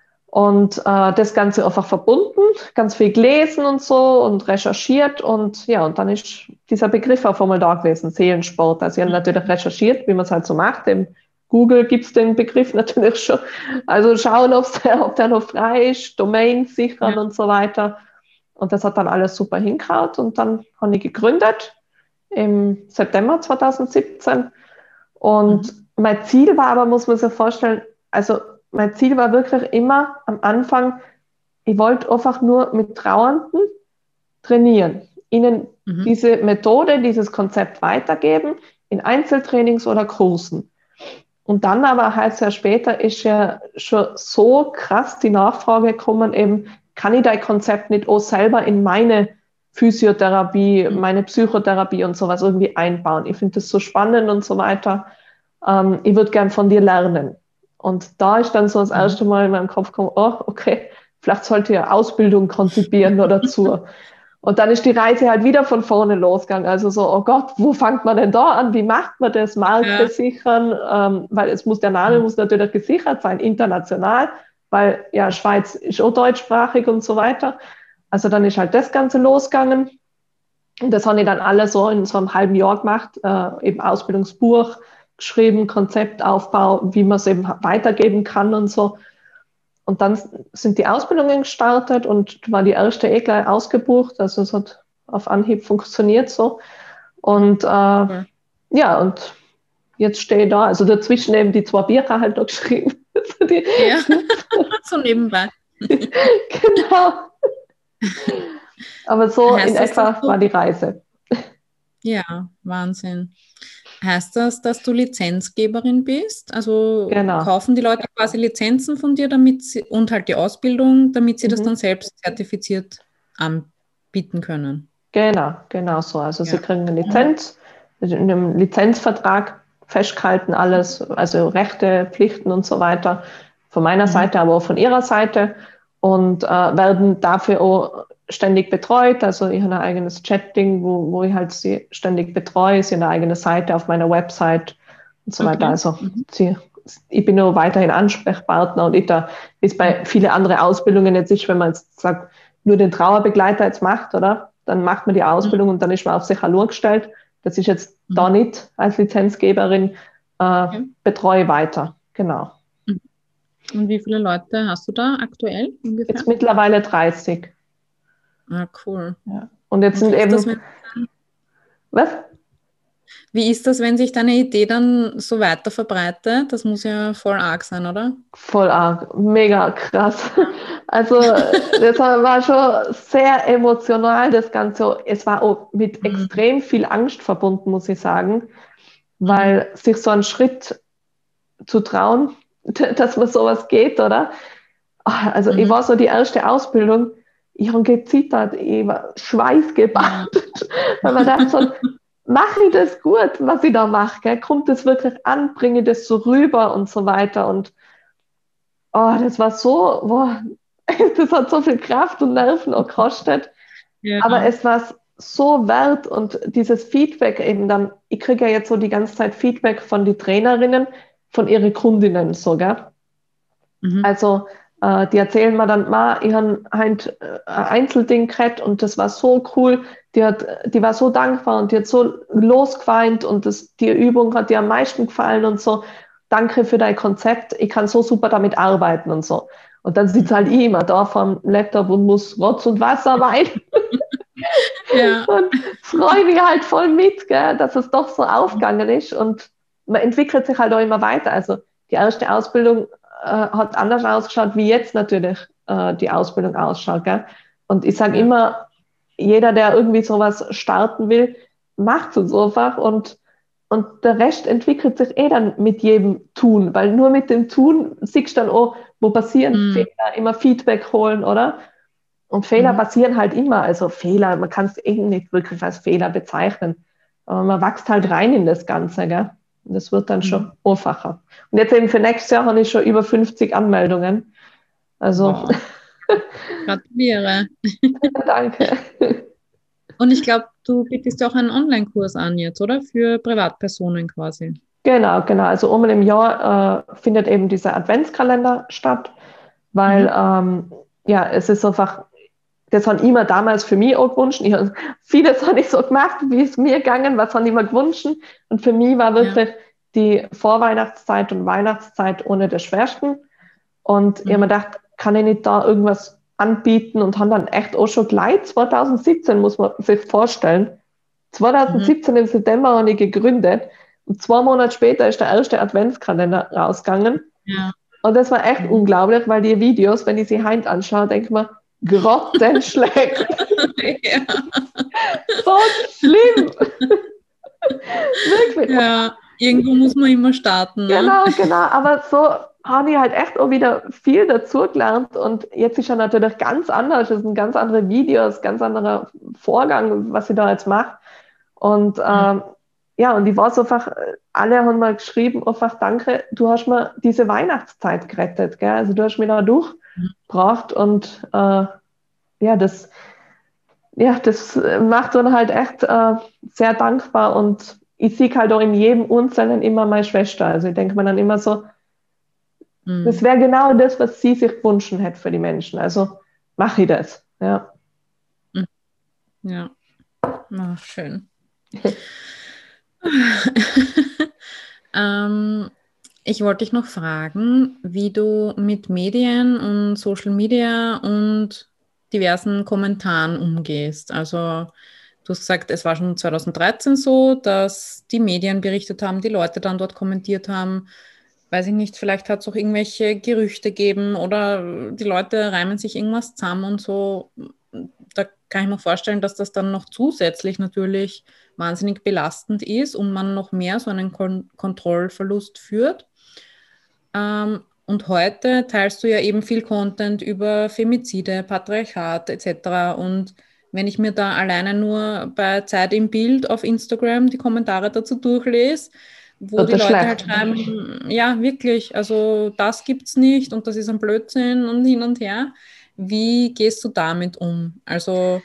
und das Ganze einfach verbunden, ganz viel gelesen und so und recherchiert und ja, und dann ist dieser Begriff auf einmal da gewesen, Seelensport. Also ich habe natürlich recherchiert, wie man es halt so macht. Im Google gibt es den Begriff natürlich schon. Also schauen, ob der noch frei ist, Domain sichern und so weiter. Und das hat dann alles super hingehauen und dann habe ich gegründet im September 2017. Und mein Ziel war aber, muss man sich vorstellen, also mein Ziel war wirklich immer am Anfang, ich wollte einfach nur mit Trauernden trainieren, ihnen diese Methode, dieses Konzept weitergeben in Einzeltrainings oder Kursen. Und dann aber ein halbes Jahr später ist ja schon so krass die Nachfrage gekommen, eben, kann ich dein Konzept nicht auch selber in meine Physiotherapie, meine Psychotherapie und sowas irgendwie einbauen. Ich finde das so spannend und so weiter. Ich würde gern von dir lernen. Und da ist dann so das erste Mal in meinem Kopf gekommen, oh, okay, vielleicht sollte ich eine Ausbildung konzipieren oder dazu. Und dann ist die Reise halt wieder von vorne losgegangen. Also so, oh Gott, wo fängt man denn da an? Wie macht man das? Marke sichern? Weil der Name muss natürlich gesichert sein, international, weil ja, Schweiz ist auch deutschsprachig und so weiter. Also dann ist halt das Ganze losgegangen. Und das habe ich dann alles so in so einem halben Jahr gemacht, eben Ausbildungsbuch, geschrieben, Konzeptaufbau, wie man es eben weitergeben kann und so. Und dann sind die Ausbildungen gestartet und war die erste gleich ausgebucht. Also es hat auf Anhieb funktioniert so. Und Cool. ja, und jetzt stehe ich da. Also dazwischen eben die 2 Bücher halt noch geschrieben. Ja, so nebenbei. Genau. Aber so Heißt in das, dass etwa du, war die Reise. ja, Wahnsinn. Heißt das, dass du Lizenzgeberin bist? Also Genau. kaufen die Leute quasi Lizenzen von dir, damit sie, und halt die Ausbildung, damit sie das Mhm. dann selbst zertifiziert anbieten können? Genau so. Also sie Ja. kriegen eine Mhm. Lizenz, in einem Lizenzvertrag festgehalten alles, also Rechte, Pflichten und so weiter. Von meiner Mhm. Seite, aber auch von ihrer Seite und werden dafür auch ständig betreut. Also ich habe ein eigenes Chatting, wo ich halt sie ständig betreue. Sie haben eine eigene Seite auf meiner Website und so weiter. Okay. Also Mhm. ich bin nur weiterhin Ansprechpartner und ich da, wie es bei vielen anderen Ausbildungen jetzt ist, wenn man jetzt sagt, nur den Trauerbegleiter jetzt macht, oder? Dann macht man die Mhm. Ausbildung und dann ist man auf sich allein gestellt. Das ist jetzt da Mhm. nicht als Lizenzgeberin, Okay. betreue weiter. Genau. Mhm. Und wie viele Leute hast du da aktuell ungefähr? Jetzt mittlerweile 30. Ah, cool. Ja. Und jetzt Und sind wie ist das, eben, was? wie ist das, wenn sich deine Idee dann so weiter verbreitet? Das muss ja voll arg sein, oder? Voll arg, mega krass. Also das war schon sehr emotional, das Ganze. Es war auch mit Mhm. extrem viel Angst verbunden, muss ich sagen, Mhm. weil sich so einen Schritt zu trauen, dass man sowas geht, oder? Also ich Mhm. war so die erste Ausbildung, ich habe gezittert, ich war Ja. schweißgebadet, weil man dachte so, mache ich das gut, was ich da mache, gell? Kommt das wirklich an, bringe ich das so rüber und so weiter und das war so, boah, das hat so viel Kraft und Nerven auch gekostet, Ja. aber es war so wert und dieses Feedback eben dann, ich kriege ja jetzt so die ganze Zeit Feedback von den Trainerinnen, von ihren Kundinnen sogar. Mhm. Also die erzählen mir dann, Ma, ich habe ein Einzelding gehabt und das war so cool. Die war so dankbar und die hat so losgeweint und die Übung hat ihr am meisten gefallen und so. Danke für dein Konzept. Ich kann so super damit arbeiten und so. Und dann sitzt halt ich immer da vorm Laptop und muss Rotz und Wasser weinen Ja. und freue mich halt voll mit, gell, dass es doch so aufgegangen ist und man entwickelt sich halt auch immer weiter. Also die erste Ausbildung hat anders ausgeschaut, wie jetzt natürlich die Ausbildung ausschaut. Gell? Und ich sage Ja. immer, jeder, der irgendwie sowas starten will, macht es einfach und der Rest entwickelt sich eh dann mit jedem Tun, weil nur mit dem Tun siehst du dann auch, wo passieren Mhm. Fehler, immer Feedback holen, oder? Und Fehler Mhm. passieren halt immer. Also Fehler, man kann es eh nicht wirklich als Fehler bezeichnen. Aber man wächst halt rein in das Ganze, gell? Und das wird dann schon Mhm. einfacher. Und jetzt eben für nächstes Jahr habe ich schon über 50 Anmeldungen. Also Wow. Gratuliere. danke. Und ich glaube, du bietest ja auch einen Online-Kurs an jetzt, oder? Für Privatpersonen quasi. Genau. Also einmal im Jahr findet eben dieser Adventskalender statt, weil Mhm. ja, es ist einfach, das haben immer damals für mich auch gewünscht. Vieles habe ich so gemacht, wie es mir gegangen, was haben immer gewünscht. Und für mich war Ja. wirklich die Vorweihnachtszeit und Weihnachtszeit ohne das Schwersten. Und ich habe mir Mhm. gedacht, kann ich nicht da irgendwas anbieten und haben dann echt auch schon gleich 2017, muss man sich vorstellen. Mhm. 2017 im September habe ich gegründet und 2 Monate später ist der erste Adventskalender rausgegangen. Ja. Und das war echt Mhm. unglaublich, weil die Videos, wenn ich sie heim anschaue, denke ich mir, grottenschlecht. Ja. So schlimm, wirklich. Ja. Irgendwo muss man immer starten, ne? Genau. Aber so habe ich halt echt auch wieder viel dazugelernt. Und jetzt ist ja natürlich ganz anders. Es sind ganz andere Videos, ganz anderer Vorgang, was ich da jetzt mache. Und Mhm. ja, und ich war so einfach, alle haben mal geschrieben, einfach danke, du hast mir diese Weihnachtszeit gerettet. Gell? Also du hast mich da durchgebracht und ja, das macht dann halt echt sehr dankbar und ich sehe halt auch in jedem Einzelnen immer meine Schwester. Also ich denke mir dann immer so, das Mhm. wäre genau das, was sie sich wünschen hätte für die Menschen. Also mache ich das. Ja. Mhm. Ja. Na, schön. Ich wollte dich noch fragen, wie du mit Medien und Social Media und diversen Kommentaren umgehst. Also du hast gesagt, es war schon 2013 so, dass die Medien berichtet haben, die Leute dann dort kommentiert haben. Weiß ich nicht, vielleicht hat es auch irgendwelche Gerüchte gegeben oder die Leute reimen sich irgendwas zusammen und so. Da kann ich mir vorstellen, dass das dann noch zusätzlich natürlich wahnsinnig belastend ist und man noch mehr so einen Kontrollverlust führt. Und heute teilst du ja eben viel Content über Femizide, Patriarchat etc. Und wenn ich mir da alleine nur bei Zeit im Bild auf Instagram die Kommentare dazu durchlese, wo die Leute halt schreiben, ja, wirklich, also das gibt's nicht und das ist ein Blödsinn und hin und her. Wie gehst du damit um? Also,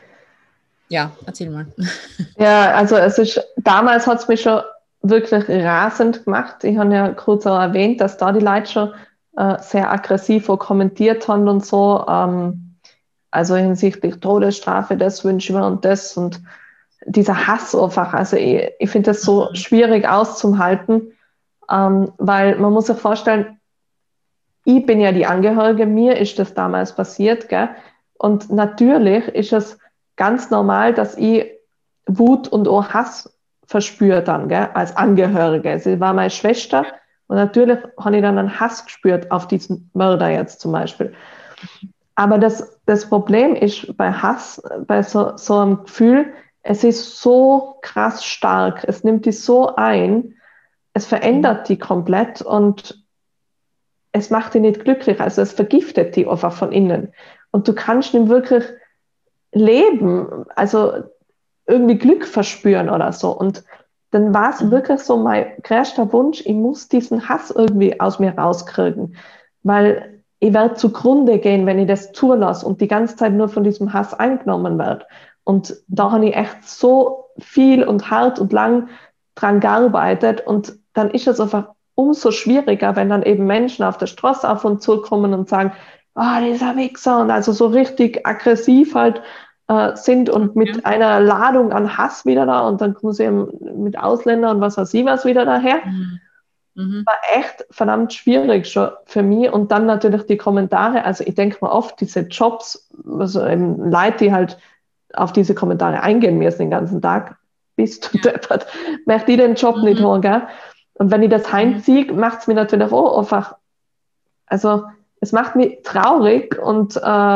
ja, erzähl mal. Ja, also damals hat es mich schon wirklich rasend gemacht. Ich habe ja kurz auch erwähnt, dass da die Leute schon sehr aggressiv auch kommentiert haben und so. Also hinsichtlich Todesstrafe, das wünsche ich mir und das und dieser Hass einfach. Also ich finde das so schwierig auszuhalten, weil man muss sich vorstellen, ich bin ja die Angehörige, mir ist das damals passiert, gell? Und natürlich ist es ganz normal, dass ich Wut und auch Hass verspürt dann, gell? Als Angehörige. Sie war meine Schwester und natürlich habe ich dann einen Hass gespürt auf diesen Mörder jetzt zum Beispiel. Aber das Problem ist bei Hass, bei so einem Gefühl, es ist so krass stark, es nimmt die so ein, es verändert die komplett und es macht die nicht glücklich, also es vergiftet die einfach von innen. Und du kannst nicht wirklich leben, also irgendwie Glück verspüren oder so. Und dann war es wirklich so mein größter Wunsch, ich muss diesen Hass irgendwie aus mir rauskriegen, weil ich werde zugrunde gehen, wenn ich das zulasse und die ganze Zeit nur von diesem Hass eingenommen werde. Und da habe ich echt so viel und hart und lang dran gearbeitet und dann ist es einfach umso schwieriger, wenn dann eben Menschen auf der Straße auf uns zukommen und sagen, ah, oh, dieser Wichser und also so richtig aggressiv halt sind und mit einer Ladung an Hass wieder da und dann kommen sie eben mit Ausländern und was weiß ich was wieder daher. War echt verdammt schwierig schon für mich und dann natürlich die Kommentare, also ich denke mal oft, diese Jobs, also eben Leute, die halt auf diese Kommentare eingehen müssen den ganzen Tag, bist du deppert, möchte ich den Job nicht haben, gell? Und wenn ich das heimziehe, macht es mir natürlich auch einfach, also es macht mich traurig und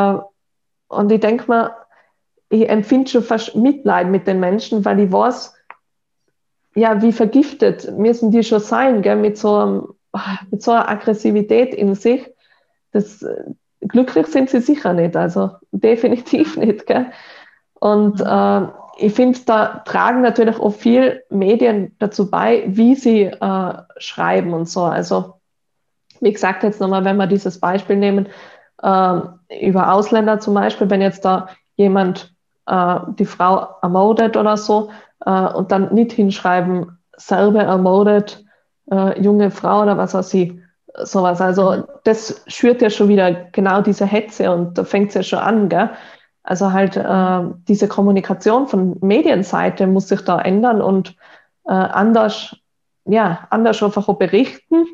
ich denke mir, ich empfinde schon fast Mitleid mit den Menschen, weil ich weiß, ja, wie vergiftet müssen die schon sein, gell, mit so einer Aggressivität in sich. Glücklich sind sie sicher nicht, also definitiv nicht, gell. Und ich finde, da tragen natürlich auch viel Medien dazu bei, wie sie schreiben und so. Also, wie gesagt, jetzt nochmal, wenn wir dieses Beispiel nehmen, über Ausländer zum Beispiel, wenn jetzt da jemand die Frau ermordet oder so und dann nicht hinschreiben, Serbe ermordet, junge Frau oder was weiß ich, sowas. Also das schürt ja schon wieder genau diese Hetze und da fängt es ja schon an, gell? Also halt diese Kommunikation von Medienseite muss sich da ändern und anders einfach auch berichten.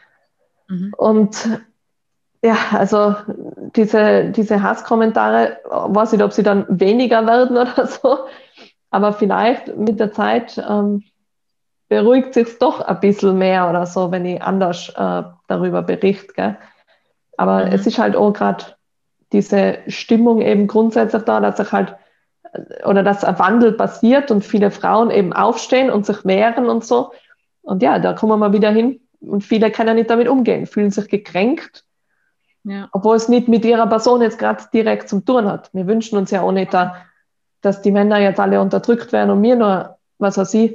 Und ja, also diese Hasskommentare, weiß nicht, ob sie dann weniger werden oder so, aber vielleicht mit der Zeit beruhigt sich doch ein bisschen mehr oder so, wenn ich anders darüber berichte. Gell? Aber es ist halt auch gerade diese Stimmung eben grundsätzlich da, dass sich halt oder dass ein Wandel passiert und viele Frauen eben aufstehen und sich wehren und so. Und ja, da kommen wir mal wieder hin und viele können nicht damit umgehen, fühlen sich gekränkt. Ja. Obwohl es nicht mit ihrer Person jetzt gerade direkt zum tun hat. Wir wünschen uns ja auch nicht, dass die Männer jetzt alle unterdrückt werden und wir nur, was weiß ich,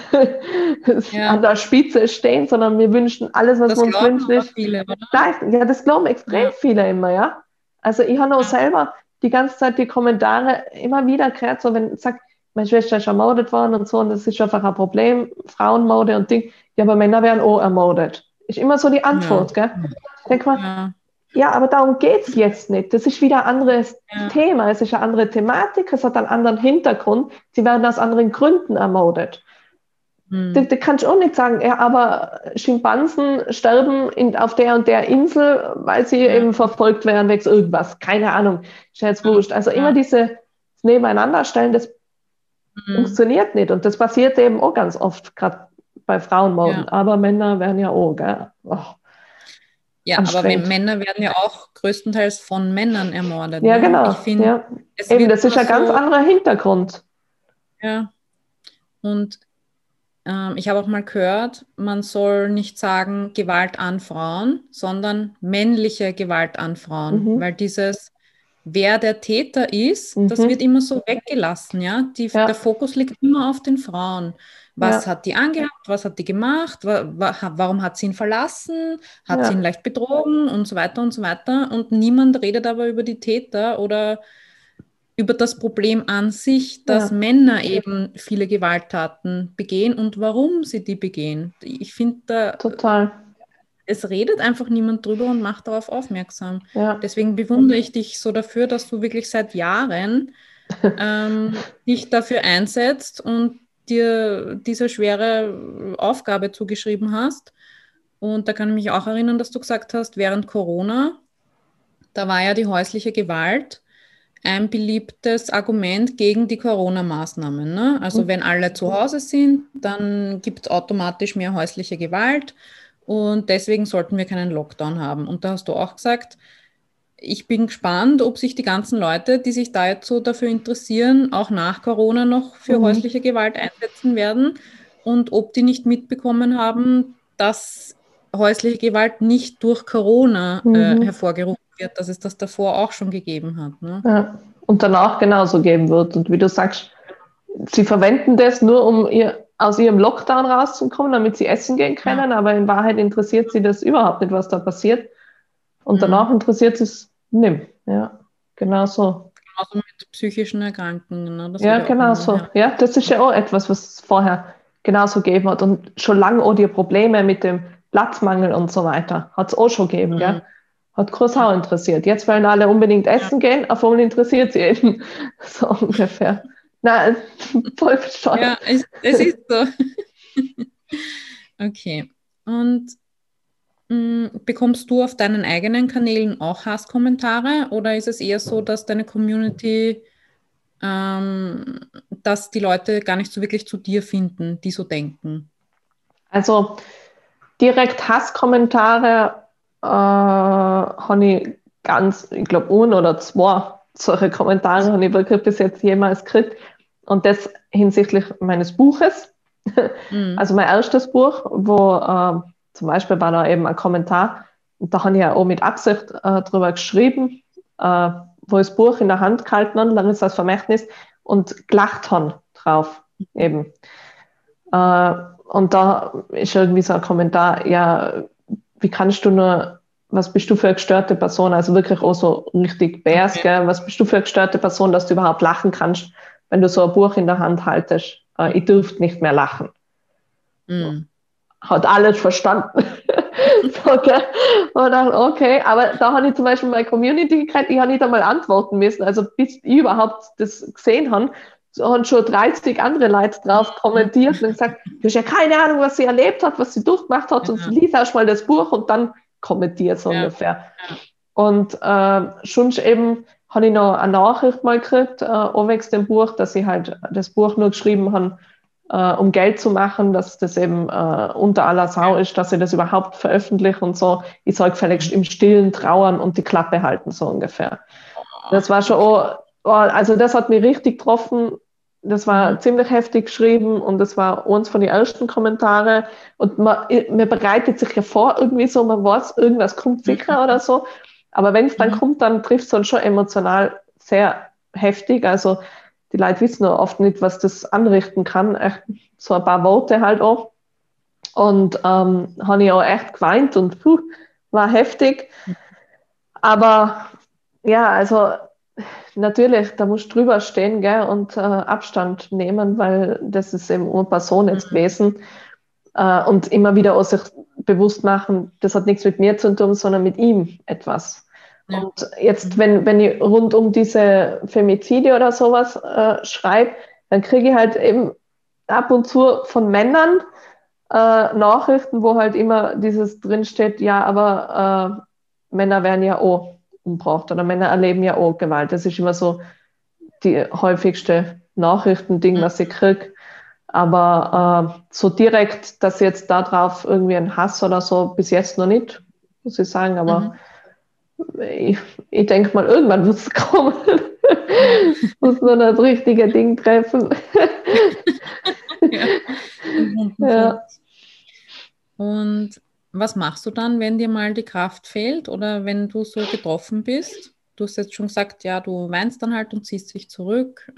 an der Spitze stehen, sondern wir wünschen alles, was wir uns wünschen. Ist, viele, ja, das glauben extrem viele immer, ja. Also ich habe auch selber die ganze Zeit die Kommentare immer wieder gehört, so wenn ich sage, meine Schwester ist ermordet worden und so, und das ist einfach ein Problem, Frauenmorde und Ding, ja, aber Männer werden auch ermordet. Ist immer so die Antwort, gell? Ich denke mal, ja, aber darum geht es jetzt nicht. Das ist wieder ein anderes Thema, es ist eine andere Thematik, es hat einen anderen Hintergrund. Sie werden aus anderen Gründen ermordet. Da kannst du auch nicht sagen, ja, aber Schimpansen sterben auf der und der Insel, weil sie eben verfolgt werden wegen irgendwas. Keine Ahnung, ist ja jetzt wurscht. Also immer dieses Nebeneinanderstellen, das funktioniert nicht. Und das passiert eben auch ganz oft, gerade bei Frauenmorden. Ja. Aber Männer werden ja auch, gell? Oh, Ja, aber Männer werden ja auch größtenteils von Männern ermordet. ja, Ne? genau. Ich finde, es Eben, wird das ist immer ein ganz anderer Hintergrund. Ja, und ich habe auch mal gehört, man soll nicht sagen Gewalt an Frauen, sondern männliche Gewalt an Frauen, weil wer der Täter ist, das wird immer so weggelassen, ja. Der Fokus liegt immer auf den Frauen. Was hat die angehabt? Was hat die gemacht? Warum hat sie ihn verlassen? Hat sie ihn leicht betrogen? Und so weiter und so weiter. Und niemand redet aber über die Täter oder über das Problem an sich, dass Männer eben viele Gewalttaten begehen und warum sie die begehen. Ich finde, Total. es redet einfach niemand drüber und macht darauf aufmerksam. Ja. Deswegen bewundere ich dich so dafür, dass du wirklich seit Jahren dich dafür einsetzt und dir diese schwere Aufgabe zugeschrieben hast. Und da kann ich mich auch erinnern, dass du gesagt hast, während Corona, da war ja die häusliche Gewalt ein beliebtes Argument gegen die Corona-Maßnahmen. Ne? Also wenn alle zu Hause sind, dann gibt es automatisch mehr häusliche Gewalt und deswegen sollten wir keinen Lockdown haben. Und da hast du auch gesagt, ich bin gespannt, ob sich die ganzen Leute, die sich da jetzt so dafür interessieren, auch nach Corona noch für häusliche Gewalt einsetzen werden und ob die nicht mitbekommen haben, dass häusliche Gewalt nicht durch Corona hervorgerufen wird, dass es das davor auch schon gegeben hat. Ne? Ja. Und danach genauso geben wird. Und wie du sagst, sie verwenden das nur, um aus ihrem Lockdown rauszukommen, damit sie essen gehen können, aber in Wahrheit interessiert sie das überhaupt nicht, was da passiert. Und danach interessiert es nicht. Ja, genau so. Genauso mit psychischen Erkrankungen. Ne? Das Ja, wird genau so. Ja, das ist ja auch etwas, was es vorher genauso gegeben hat. Und schon lange auch die Probleme mit dem Platzmangel und so weiter hat es auch schon gegeben, gell? Hat keine Sau interessiert. Jetzt wollen alle unbedingt essen gehen, auf einmal interessiert sie eben. So ungefähr. Nein, voll verstanden. Ja, es ist so. Okay. Und bekommst du auf deinen eigenen Kanälen auch Hasskommentare oder ist es eher so, dass deine Community, dass die Leute gar nicht so wirklich zu dir finden, die so denken? Also direkt Hasskommentare habe ich ich glaube, ein oder zwei solche Kommentare habe ich wirklich bis jetzt jemals gekriegt. Und das hinsichtlich meines Buches. Also mein erstes Buch, wo zum Beispiel war da eben ein Kommentar, und da habe ich ja auch mit Absicht drüber geschrieben, wo ich das Buch in der Hand gehalten habe, Larissas Vermächtnis, und gelacht habe drauf eben. Und da ist irgendwie so ein Kommentar, ja, wie kannst du nur, was bist du für eine gestörte Person, also wirklich auch so richtig bärs, gell? Was bist du für eine gestörte Person, dass du überhaupt lachen kannst, wenn du so ein Buch in der Hand haltest. Ich dürfte nicht mehr lachen. Hat alles verstanden. Okay. Und dann, okay, aber da habe ich zum Beispiel meine Community gekriegt, ich habe nicht einmal antworten müssen. Also bis ich überhaupt das gesehen habe, so haben schon 30 andere Leute drauf kommentiert und gesagt, du hast ja keine Ahnung, was sie erlebt hat, was sie durchgemacht hat, und lies erst mal das Buch und dann kommentiert so ungefähr. Und schon eben habe ich noch eine Nachricht mal gekriegt, auch wegen dem Buch, dass ich halt das Buch nur geschrieben habe, um Geld zu machen, dass das eben unter aller Sau ist, dass ich das überhaupt veröffentliche und so. Ich soll gefälligst im Stillen trauern und die Klappe halten, so ungefähr. Das war schon auch, also das hat mich richtig getroffen. Das war ziemlich heftig geschrieben und das war eins von den ersten Kommentare. Und man bereitet sich ja vor, irgendwie so, man weiß, irgendwas kommt sicher oder so. Aber wenn es dann kommt, dann trifft es uns schon emotional sehr heftig. Also die Leute wissen auch oft nicht, was das anrichten kann. Echt so ein paar Worte halt auch. Und habe ich auch echt geweint und war heftig. Aber ja, also natürlich, da musst du drüber stehen, gell, und Abstand nehmen, weil das ist eben eine Person jetzt gewesen. Und immer wieder auch sich bewusst machen, das hat nichts mit mir zu tun, sondern mit ihm etwas. Ja. Und jetzt, wenn ich rund um diese Femizide oder sowas schreibe, dann kriege ich halt eben ab und zu von Männern Nachrichten, wo halt immer dieses drinsteht, ja, aber Männer werden ja auch umgebracht oder Männer erleben ja auch Gewalt. Das ist immer so die häufigste Nachrichtending, was ich kriege. Aber so direkt, dass jetzt darauf irgendwie ein Hass oder so, bis jetzt noch nicht, muss ich sagen. Aber ich, ich denke mal, irgendwann wird es kommen. Ja. Muss man das richtige Ding treffen. Ja. Den wunden Punkt. Ja. Und was machst du dann, wenn dir mal die Kraft fehlt oder wenn du so getroffen bist? Du hast jetzt schon gesagt, ja, du weinst dann halt und ziehst dich zurück.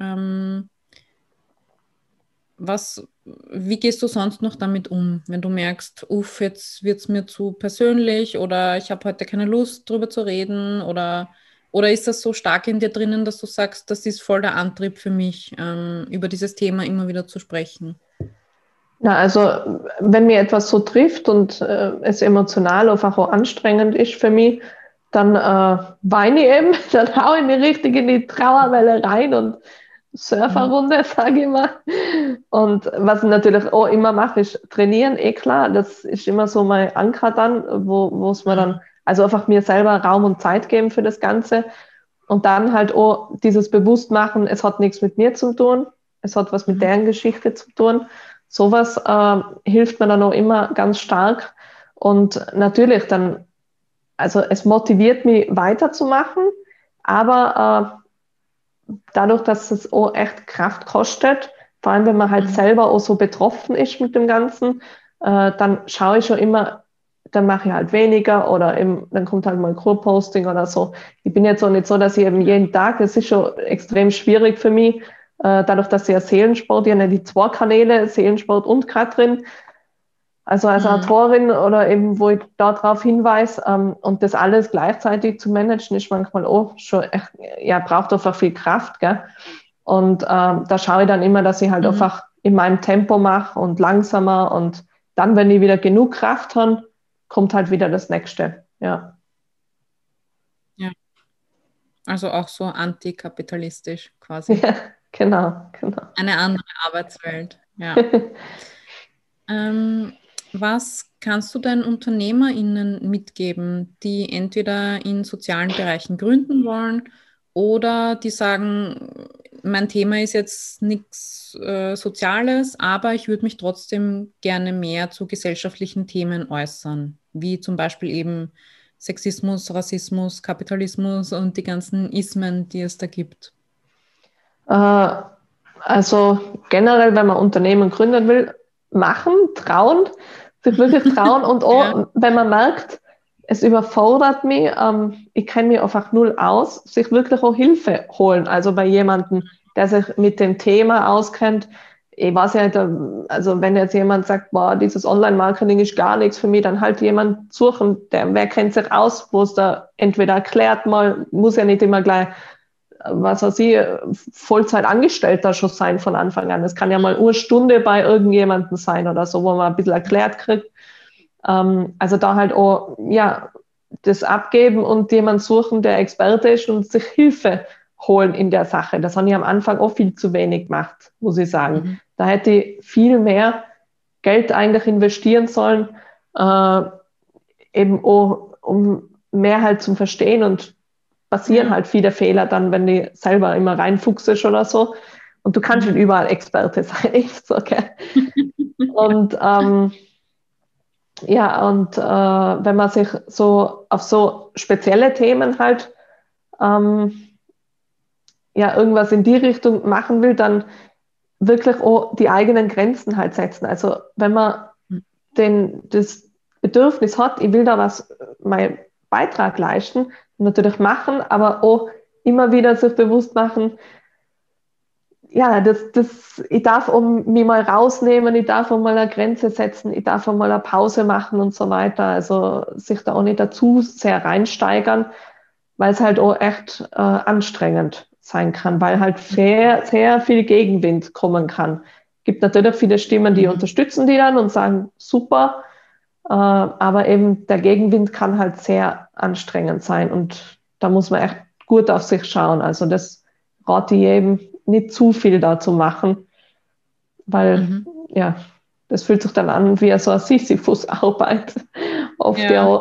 Wie gehst du sonst noch damit um, wenn du merkst, uff, jetzt wird es mir zu persönlich oder ich habe heute keine Lust, drüber zu reden oder ist das so stark in dir drinnen, dass du sagst, das ist voll der Antrieb für mich, über dieses Thema immer wieder zu sprechen? Ja, also wenn mir etwas so trifft und es emotional einfach auch anstrengend ist für mich, dann weine ich eben, dann haue ich mich richtig in die Trauerwelle rein und Surferrunde, sage ich mal. Und was ich natürlich auch immer mache, ist trainieren, eh klar. Das ist immer so mein Anker dann, wo es mir dann, also einfach mir selber Raum und Zeit geben für das Ganze. Und dann halt auch dieses Bewusstmachen, es hat nichts mit mir zu tun, es hat was mit deren Geschichte zu tun. Sowas hilft mir dann auch immer ganz stark. Und natürlich dann, also es motiviert mich weiterzumachen, aber dadurch, dass es auch echt Kraft kostet, vor allem wenn man halt selber auch so betroffen ist mit dem Ganzen, dann schaue ich schon immer, dann mache ich halt weniger oder eben, dann kommt halt mal ein Co-Posting oder so. Ich bin jetzt auch nicht so, dass ich eben jeden Tag, es ist schon extrem schwierig für mich, dadurch, dass ich ja Seelensport, ich habe ja die zwei Kanäle, Seelensport und Katrin, also als Autorin oder eben, wo ich darauf hinweise, und das alles gleichzeitig zu managen, ist manchmal auch schon echt, ja, braucht einfach viel Kraft, gell? Und da schaue ich dann immer, dass ich halt einfach in meinem Tempo mache und langsamer und dann, wenn ich wieder genug Kraft habe, kommt halt wieder das Nächste, ja. Ja, also auch so antikapitalistisch quasi. Ja, genau, genau. Eine andere Arbeitswelt, ja. Was kannst du deinen UnternehmerInnen mitgeben, die entweder in sozialen Bereichen gründen wollen oder die sagen, mein Thema ist jetzt nichts Soziales, aber ich würde mich trotzdem gerne mehr zu gesellschaftlichen Themen äußern, wie zum Beispiel eben Sexismus, Rassismus, Kapitalismus und die ganzen Ismen, die es da gibt? Also generell, wenn man Unternehmen gründen will, machen, trauen, sich wirklich trauen und auch, Ja. wenn man merkt, es überfordert mich, ich kenne mich einfach null aus, sich wirklich auch Hilfe holen. Also bei jemandem, der sich mit dem Thema auskennt. Ich weiß ja nicht, also wenn jetzt jemand sagt, boah, dieses Online-Marketing ist gar nichts für mich, dann halt jemand suchen, wer kennt sich aus, wo es da entweder erklärt mal, muss ja nicht immer gleich, was weiß ich, Vollzeitangestellter schon sein von Anfang an. Es kann ja mal eine Stunde bei irgendjemandem sein oder so, wo man ein bisschen erklärt kriegt. Also da halt auch, ja, das abgeben und jemand suchen, der Experte ist und sich Hilfe holen in der Sache. Das habe ich am Anfang auch viel zu wenig gemacht, muss ich sagen. Da hätte ich viel mehr Geld eigentlich investieren sollen, eben auch, um mehr halt zum Verstehen und passieren halt viele Fehler dann, wenn du selber immer reinfuchsest oder so. Und du kannst nicht überall Experte sein, echt so, okay? Und ja, und wenn man sich so auf so spezielle Themen halt ja irgendwas in die Richtung machen will, dann wirklich auch die eigenen Grenzen halt setzen. Also wenn man das Bedürfnis hat, ich will da was, meinen Beitrag leisten, natürlich machen, aber auch immer wieder sich bewusst machen, ja, ich darf mich mal rausnehmen, ich darf auch mal eine Grenze setzen, ich darf auch mal eine Pause machen und so weiter. Also sich da auch nicht dazu sehr reinsteigern, weil es halt auch echt anstrengend sein kann, weil halt sehr, sehr viel Gegenwind kommen kann. Gibt natürlich viele Stimmen, die unterstützen die dann und sagen, super, aber eben der Gegenwind kann halt sehr anstrengend sein und da muss man echt gut auf sich schauen. Also das rate ich jedem, nicht zu viel da zu machen. weil, ja, das fühlt sich dann an wie so eine Sisyphus-Arbeit. Oft ja.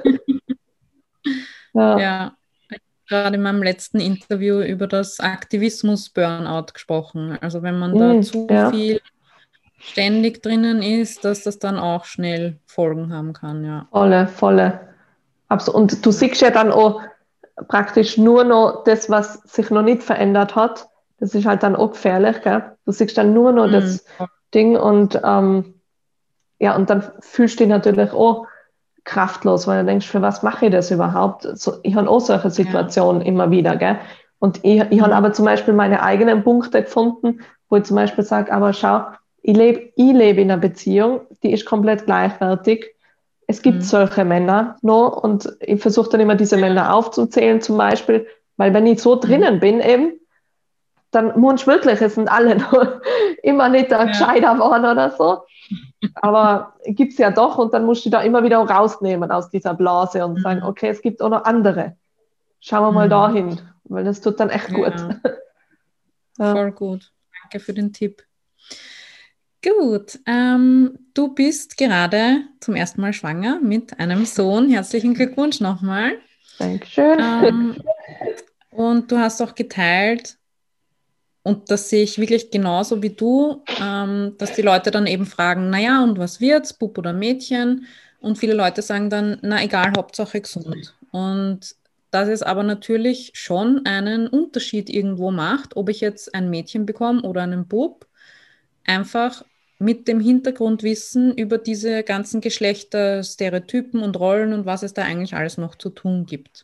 Ja. Gerade in meinem letzten Interview über das Aktivismus-Burnout gesprochen. Also wenn man da zu viel ständig drinnen ist, dass das dann auch schnell Folgen haben kann, ja. Volle. Absolut. Und du siehst ja dann auch praktisch nur noch das, was sich noch nicht verändert hat. Das ist halt dann auch gefährlich, gell? Du siehst dann nur noch das Ding und ja, und dann fühlst du dich natürlich auch kraftlos, weil du denkst, für was mache ich das überhaupt? So, ich habe auch solche Situationen immer wieder, gell? Und ich habe aber zum Beispiel meine eigenen Punkte gefunden, wo ich zum Beispiel sage, aber schau, ich lebe in einer Beziehung, die ist komplett gleichwertig. Es gibt solche Männer noch und ich versuche dann immer diese Männer aufzuzählen zum Beispiel, weil wenn ich so drinnen bin eben, dann muss ich wirklich, es sind alle noch immer nicht gescheiter geworden oder so. Aber gibt es ja doch und dann musst du da immer wieder rausnehmen aus dieser Blase und sagen, okay, es gibt auch noch andere. Schauen wir mal dahin, weil das tut dann echt gut. Voll gut. Danke für den Tipp. Gut, du bist gerade zum ersten Mal schwanger mit einem Sohn. Herzlichen Glückwunsch nochmal. Dankeschön. Und du hast auch geteilt, und das sehe ich wirklich genauso wie du, dass die Leute dann eben fragen, naja, und was wird's, Bub oder Mädchen? Und viele Leute sagen dann, na egal, Hauptsache gesund. Und dass es aber natürlich schon einen Unterschied irgendwo macht, ob ich jetzt ein Mädchen bekomme oder einen Bub, einfach mit dem Hintergrundwissen über diese ganzen Geschlechterstereotypen und Rollen und was es da eigentlich alles noch zu tun gibt.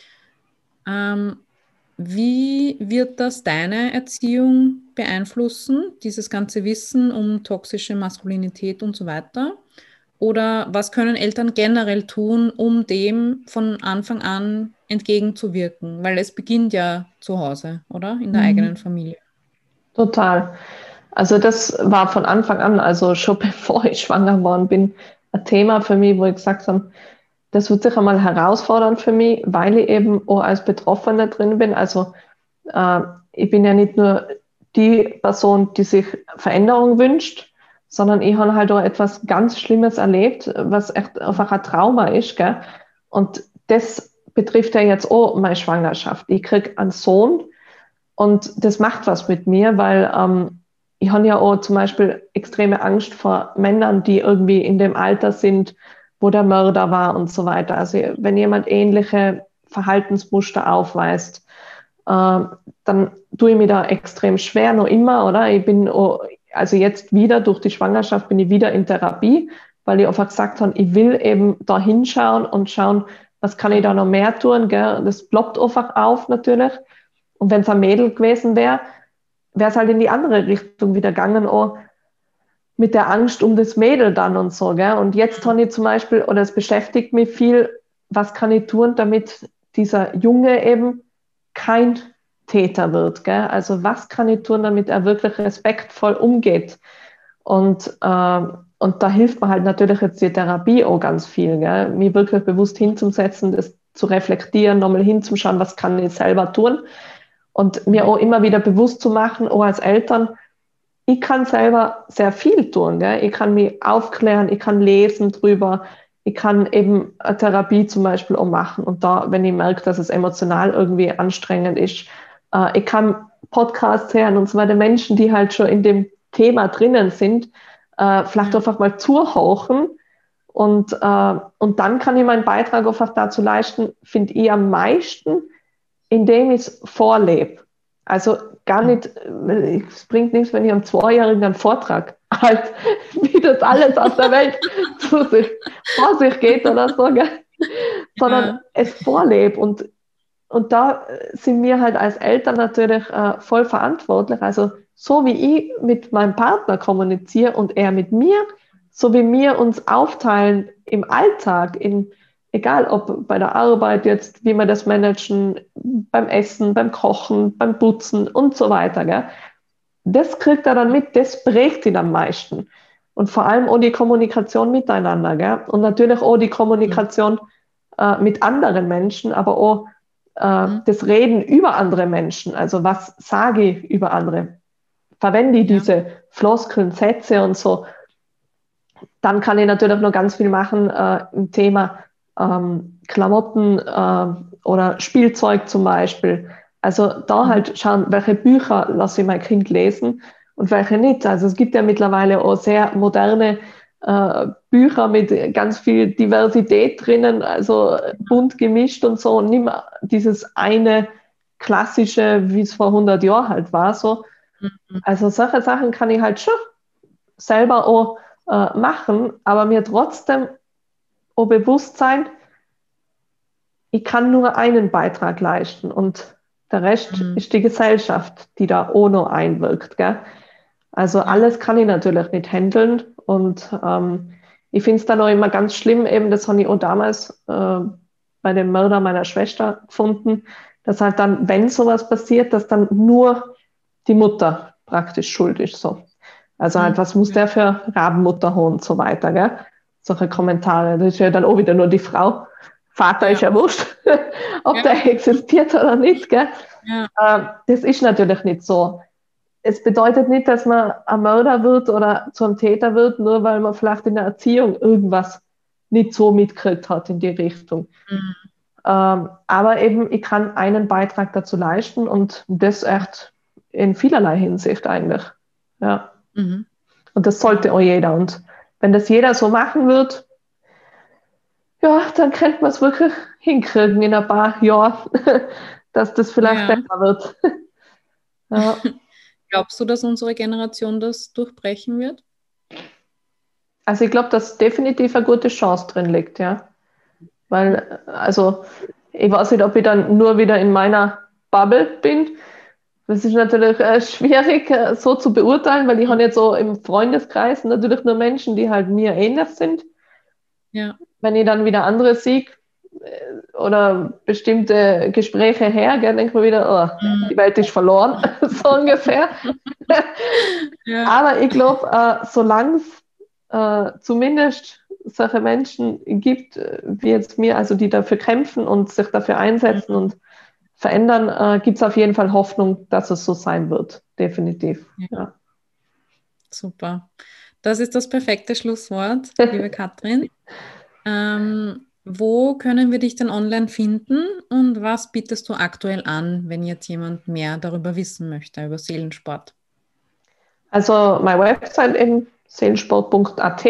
Wie wird das deine Erziehung beeinflussen, dieses ganze Wissen um toxische Maskulinität und so weiter? Oder was können Eltern generell tun, um dem von Anfang an entgegenzuwirken? Weil es beginnt ja zu Hause, oder? In der eigenen Familie. Total. Also das war von Anfang an, also schon bevor ich schwanger geworden bin, ein Thema für mich, wo ich gesagt habe, das wird sicher mal herausfordernd für mich, weil ich eben auch als Betroffene drin bin. Also ich bin ja nicht nur die Person, die sich Veränderung wünscht, sondern ich habe halt auch etwas ganz Schlimmes erlebt, was echt einfach ein Trauma ist. Gell? Und das betrifft ja jetzt auch meine Schwangerschaft. Ich kriege einen Sohn und das macht was mit mir, weil ich habe ja auch zum Beispiel extreme Angst vor Männern, die irgendwie in dem Alter sind, wo der Mörder war und so weiter. Also wenn jemand ähnliche Verhaltensmuster aufweist, dann tue ich mir da extrem schwer, noch immer, oder? Ich bin, also jetzt wieder durch die Schwangerschaft bin ich wieder in Therapie, weil ich einfach gesagt habe, ich will eben da hinschauen und schauen, was kann ich da noch mehr tun, gell? Das ploppt einfach auf natürlich. Und wenn es ein Mädel gewesen wäre, wäre es halt in die andere Richtung wieder gegangen, auch mit der Angst um das Mädel dann und so. Gell? Und jetzt habe ich zum Beispiel, oder es beschäftigt mich viel, was kann ich tun, damit dieser Junge eben kein Täter wird. Gell? Also was kann ich tun, damit er wirklich respektvoll umgeht? Und da hilft mir halt natürlich jetzt die Therapie auch ganz viel. Gell? Mir wirklich bewusst hinzusetzen, das zu reflektieren, nochmal hinzuschauen, was kann ich selber tun? Und mir auch immer wieder bewusst zu machen, auch als Eltern, ich kann selber sehr viel tun. Gell? Ich kann mich aufklären, ich kann lesen drüber, ich kann eben eine Therapie zum Beispiel auch machen. Und da, wenn ich merke, dass es emotional irgendwie anstrengend ist, ich kann Podcasts hören und so weiter, Menschen, die halt schon in dem Thema drinnen sind, vielleicht einfach mal zuhauchen. Und dann kann ich meinen Beitrag einfach dazu leisten, finde ich am meisten, indem ich es vorlebe. Also gar nicht, es bringt nichts, wenn ich einem Zweijährigen einen Vortrag halt, wie das alles auf der Welt vor sich geht oder so, gell? Sondern es vorlebe. Und da sind wir halt als Eltern natürlich voll verantwortlich. Also so wie ich mit meinem Partner kommuniziere und er mit mir, so wie wir uns aufteilen im Alltag, egal ob bei der Arbeit jetzt, wie wir das managen, beim Essen, beim Kochen, beim Putzen und so weiter. Gell? Das kriegt er dann mit, das prägt ihn am meisten. Und vor allem auch die Kommunikation miteinander. Gell? Und natürlich auch die Kommunikation mit anderen Menschen, aber auch das Reden über andere Menschen. Also was sage ich über andere? Verwende ich diese Floskeln, Sätze und so. Dann kann ich natürlich noch ganz viel machen im Thema Klamotten oder Spielzeug zum Beispiel. Also da halt schauen, welche Bücher lasse ich mein Kind lesen und welche nicht. Also es gibt ja mittlerweile auch sehr moderne Bücher mit ganz viel Diversität drinnen, also bunt gemischt und so und nicht mehr dieses eine klassische, wie es vor 100 Jahren halt war. So. Also solche Sachen kann ich halt schon selber auch machen, aber mir trotzdem auch bewusst sein, ich kann nur einen Beitrag leisten und der Rest ist die Gesellschaft, die da auch noch einwirkt. Gell? Also alles kann ich natürlich nicht handeln und ich finde es dann auch immer ganz schlimm, eben das habe ich auch damals bei dem Mörder meiner Schwester gefunden, dass halt dann, wenn sowas passiert, dass dann nur die Mutter praktisch schuld ist. So. Also halt, was muss der für Rabenmutter haben und so weiter. Gell? Solche Kommentare, das ist ja dann auch wieder nur die Frau. Vater ist ja wurscht, ob der existiert oder nicht. Gell? Das ist natürlich nicht so. Es bedeutet nicht, dass man ein Mörder wird oder zum Täter wird, nur weil man vielleicht in der Erziehung irgendwas nicht so mitgekriegt hat in die Richtung. Aber eben, ich kann einen Beitrag dazu leisten und das echt in vielerlei Hinsicht eigentlich. Ja. Und das sollte auch jeder. Und wenn das jeder so machen wird, ja, dann könnte man es wirklich hinkriegen in ein paar Jahren, dass das vielleicht besser wird. Ja. Glaubst du, dass unsere Generation das durchbrechen wird? Also ich glaube, dass definitiv eine gute Chance drin liegt, ja. Weil, also, ich weiß nicht, ob ich dann nur wieder in meiner Bubble bin. Das ist natürlich schwierig so zu beurteilen, weil ich habe jetzt so im Freundeskreis natürlich nur Menschen, die halt mir ähnlich sind. Ja. Wenn ich dann wieder andere sehe oder bestimmte Gespräche her, denke ich mir wieder, oh, die Welt ist verloren, so ungefähr. Aber ich glaube, solange es zumindest solche Menschen gibt, wie jetzt mir, also die dafür kämpfen und sich dafür einsetzen und verändern, gibt es auf jeden Fall Hoffnung, dass es so sein wird. Definitiv. Ja. Super. Das ist das perfekte Schlusswort, liebe Katrin. Wo können wir dich denn online finden und was bietest du aktuell an, wenn jetzt jemand mehr darüber wissen möchte, über Seelensport? Also meine Website eben seelensport.at.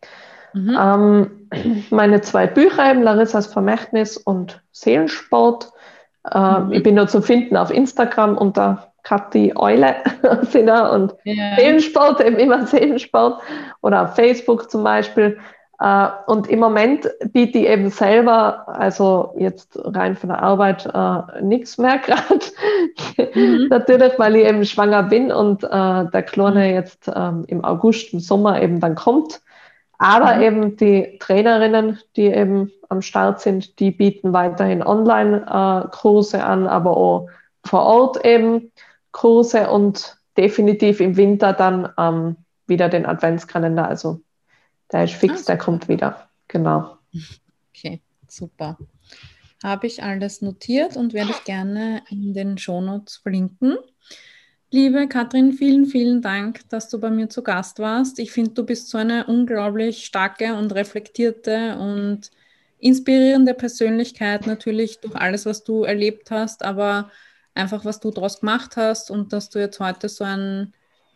Meine 2 Bücher eben, Larissas Vermächtnis und Seelensport. Ich bin nur zu finden auf Instagram unter Kathi Eule und Seelensport, eben immer Seelensport oder auf Facebook zum Beispiel. Und im Moment biete ich eben selber, also jetzt rein von der Arbeit, nichts mehr gerade. Natürlich, weil ich eben schwanger bin und der Kleine jetzt im August, im Sommer eben dann kommt. Aber eben die Trainerinnen, die eben am Start sind, die bieten weiterhin Online-Kurse an, aber auch vor Ort eben Kurse und definitiv im Winter dann wieder den Adventskalender. Also der ist fix, der kommt wieder. Genau. Okay, super. Habe ich alles notiert und werde ich gerne in den Shownotes verlinken. Liebe Katrin, vielen, vielen Dank, dass du bei mir zu Gast warst. Ich finde, du bist so eine unglaublich starke und reflektierte und inspirierende Persönlichkeit, natürlich durch alles, was du erlebt hast, aber einfach, was du daraus gemacht hast und dass du jetzt heute so ein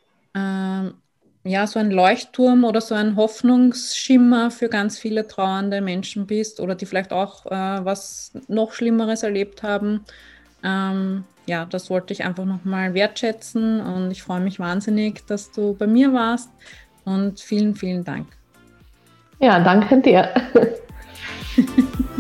so ein Leuchtturm oder so ein Hoffnungsschimmer für ganz viele trauernde Menschen bist oder die vielleicht auch was noch Schlimmeres erlebt haben. Das wollte ich einfach nochmal wertschätzen und ich freue mich wahnsinnig, dass du bei mir warst und vielen, vielen Dank. Ja, danke dir.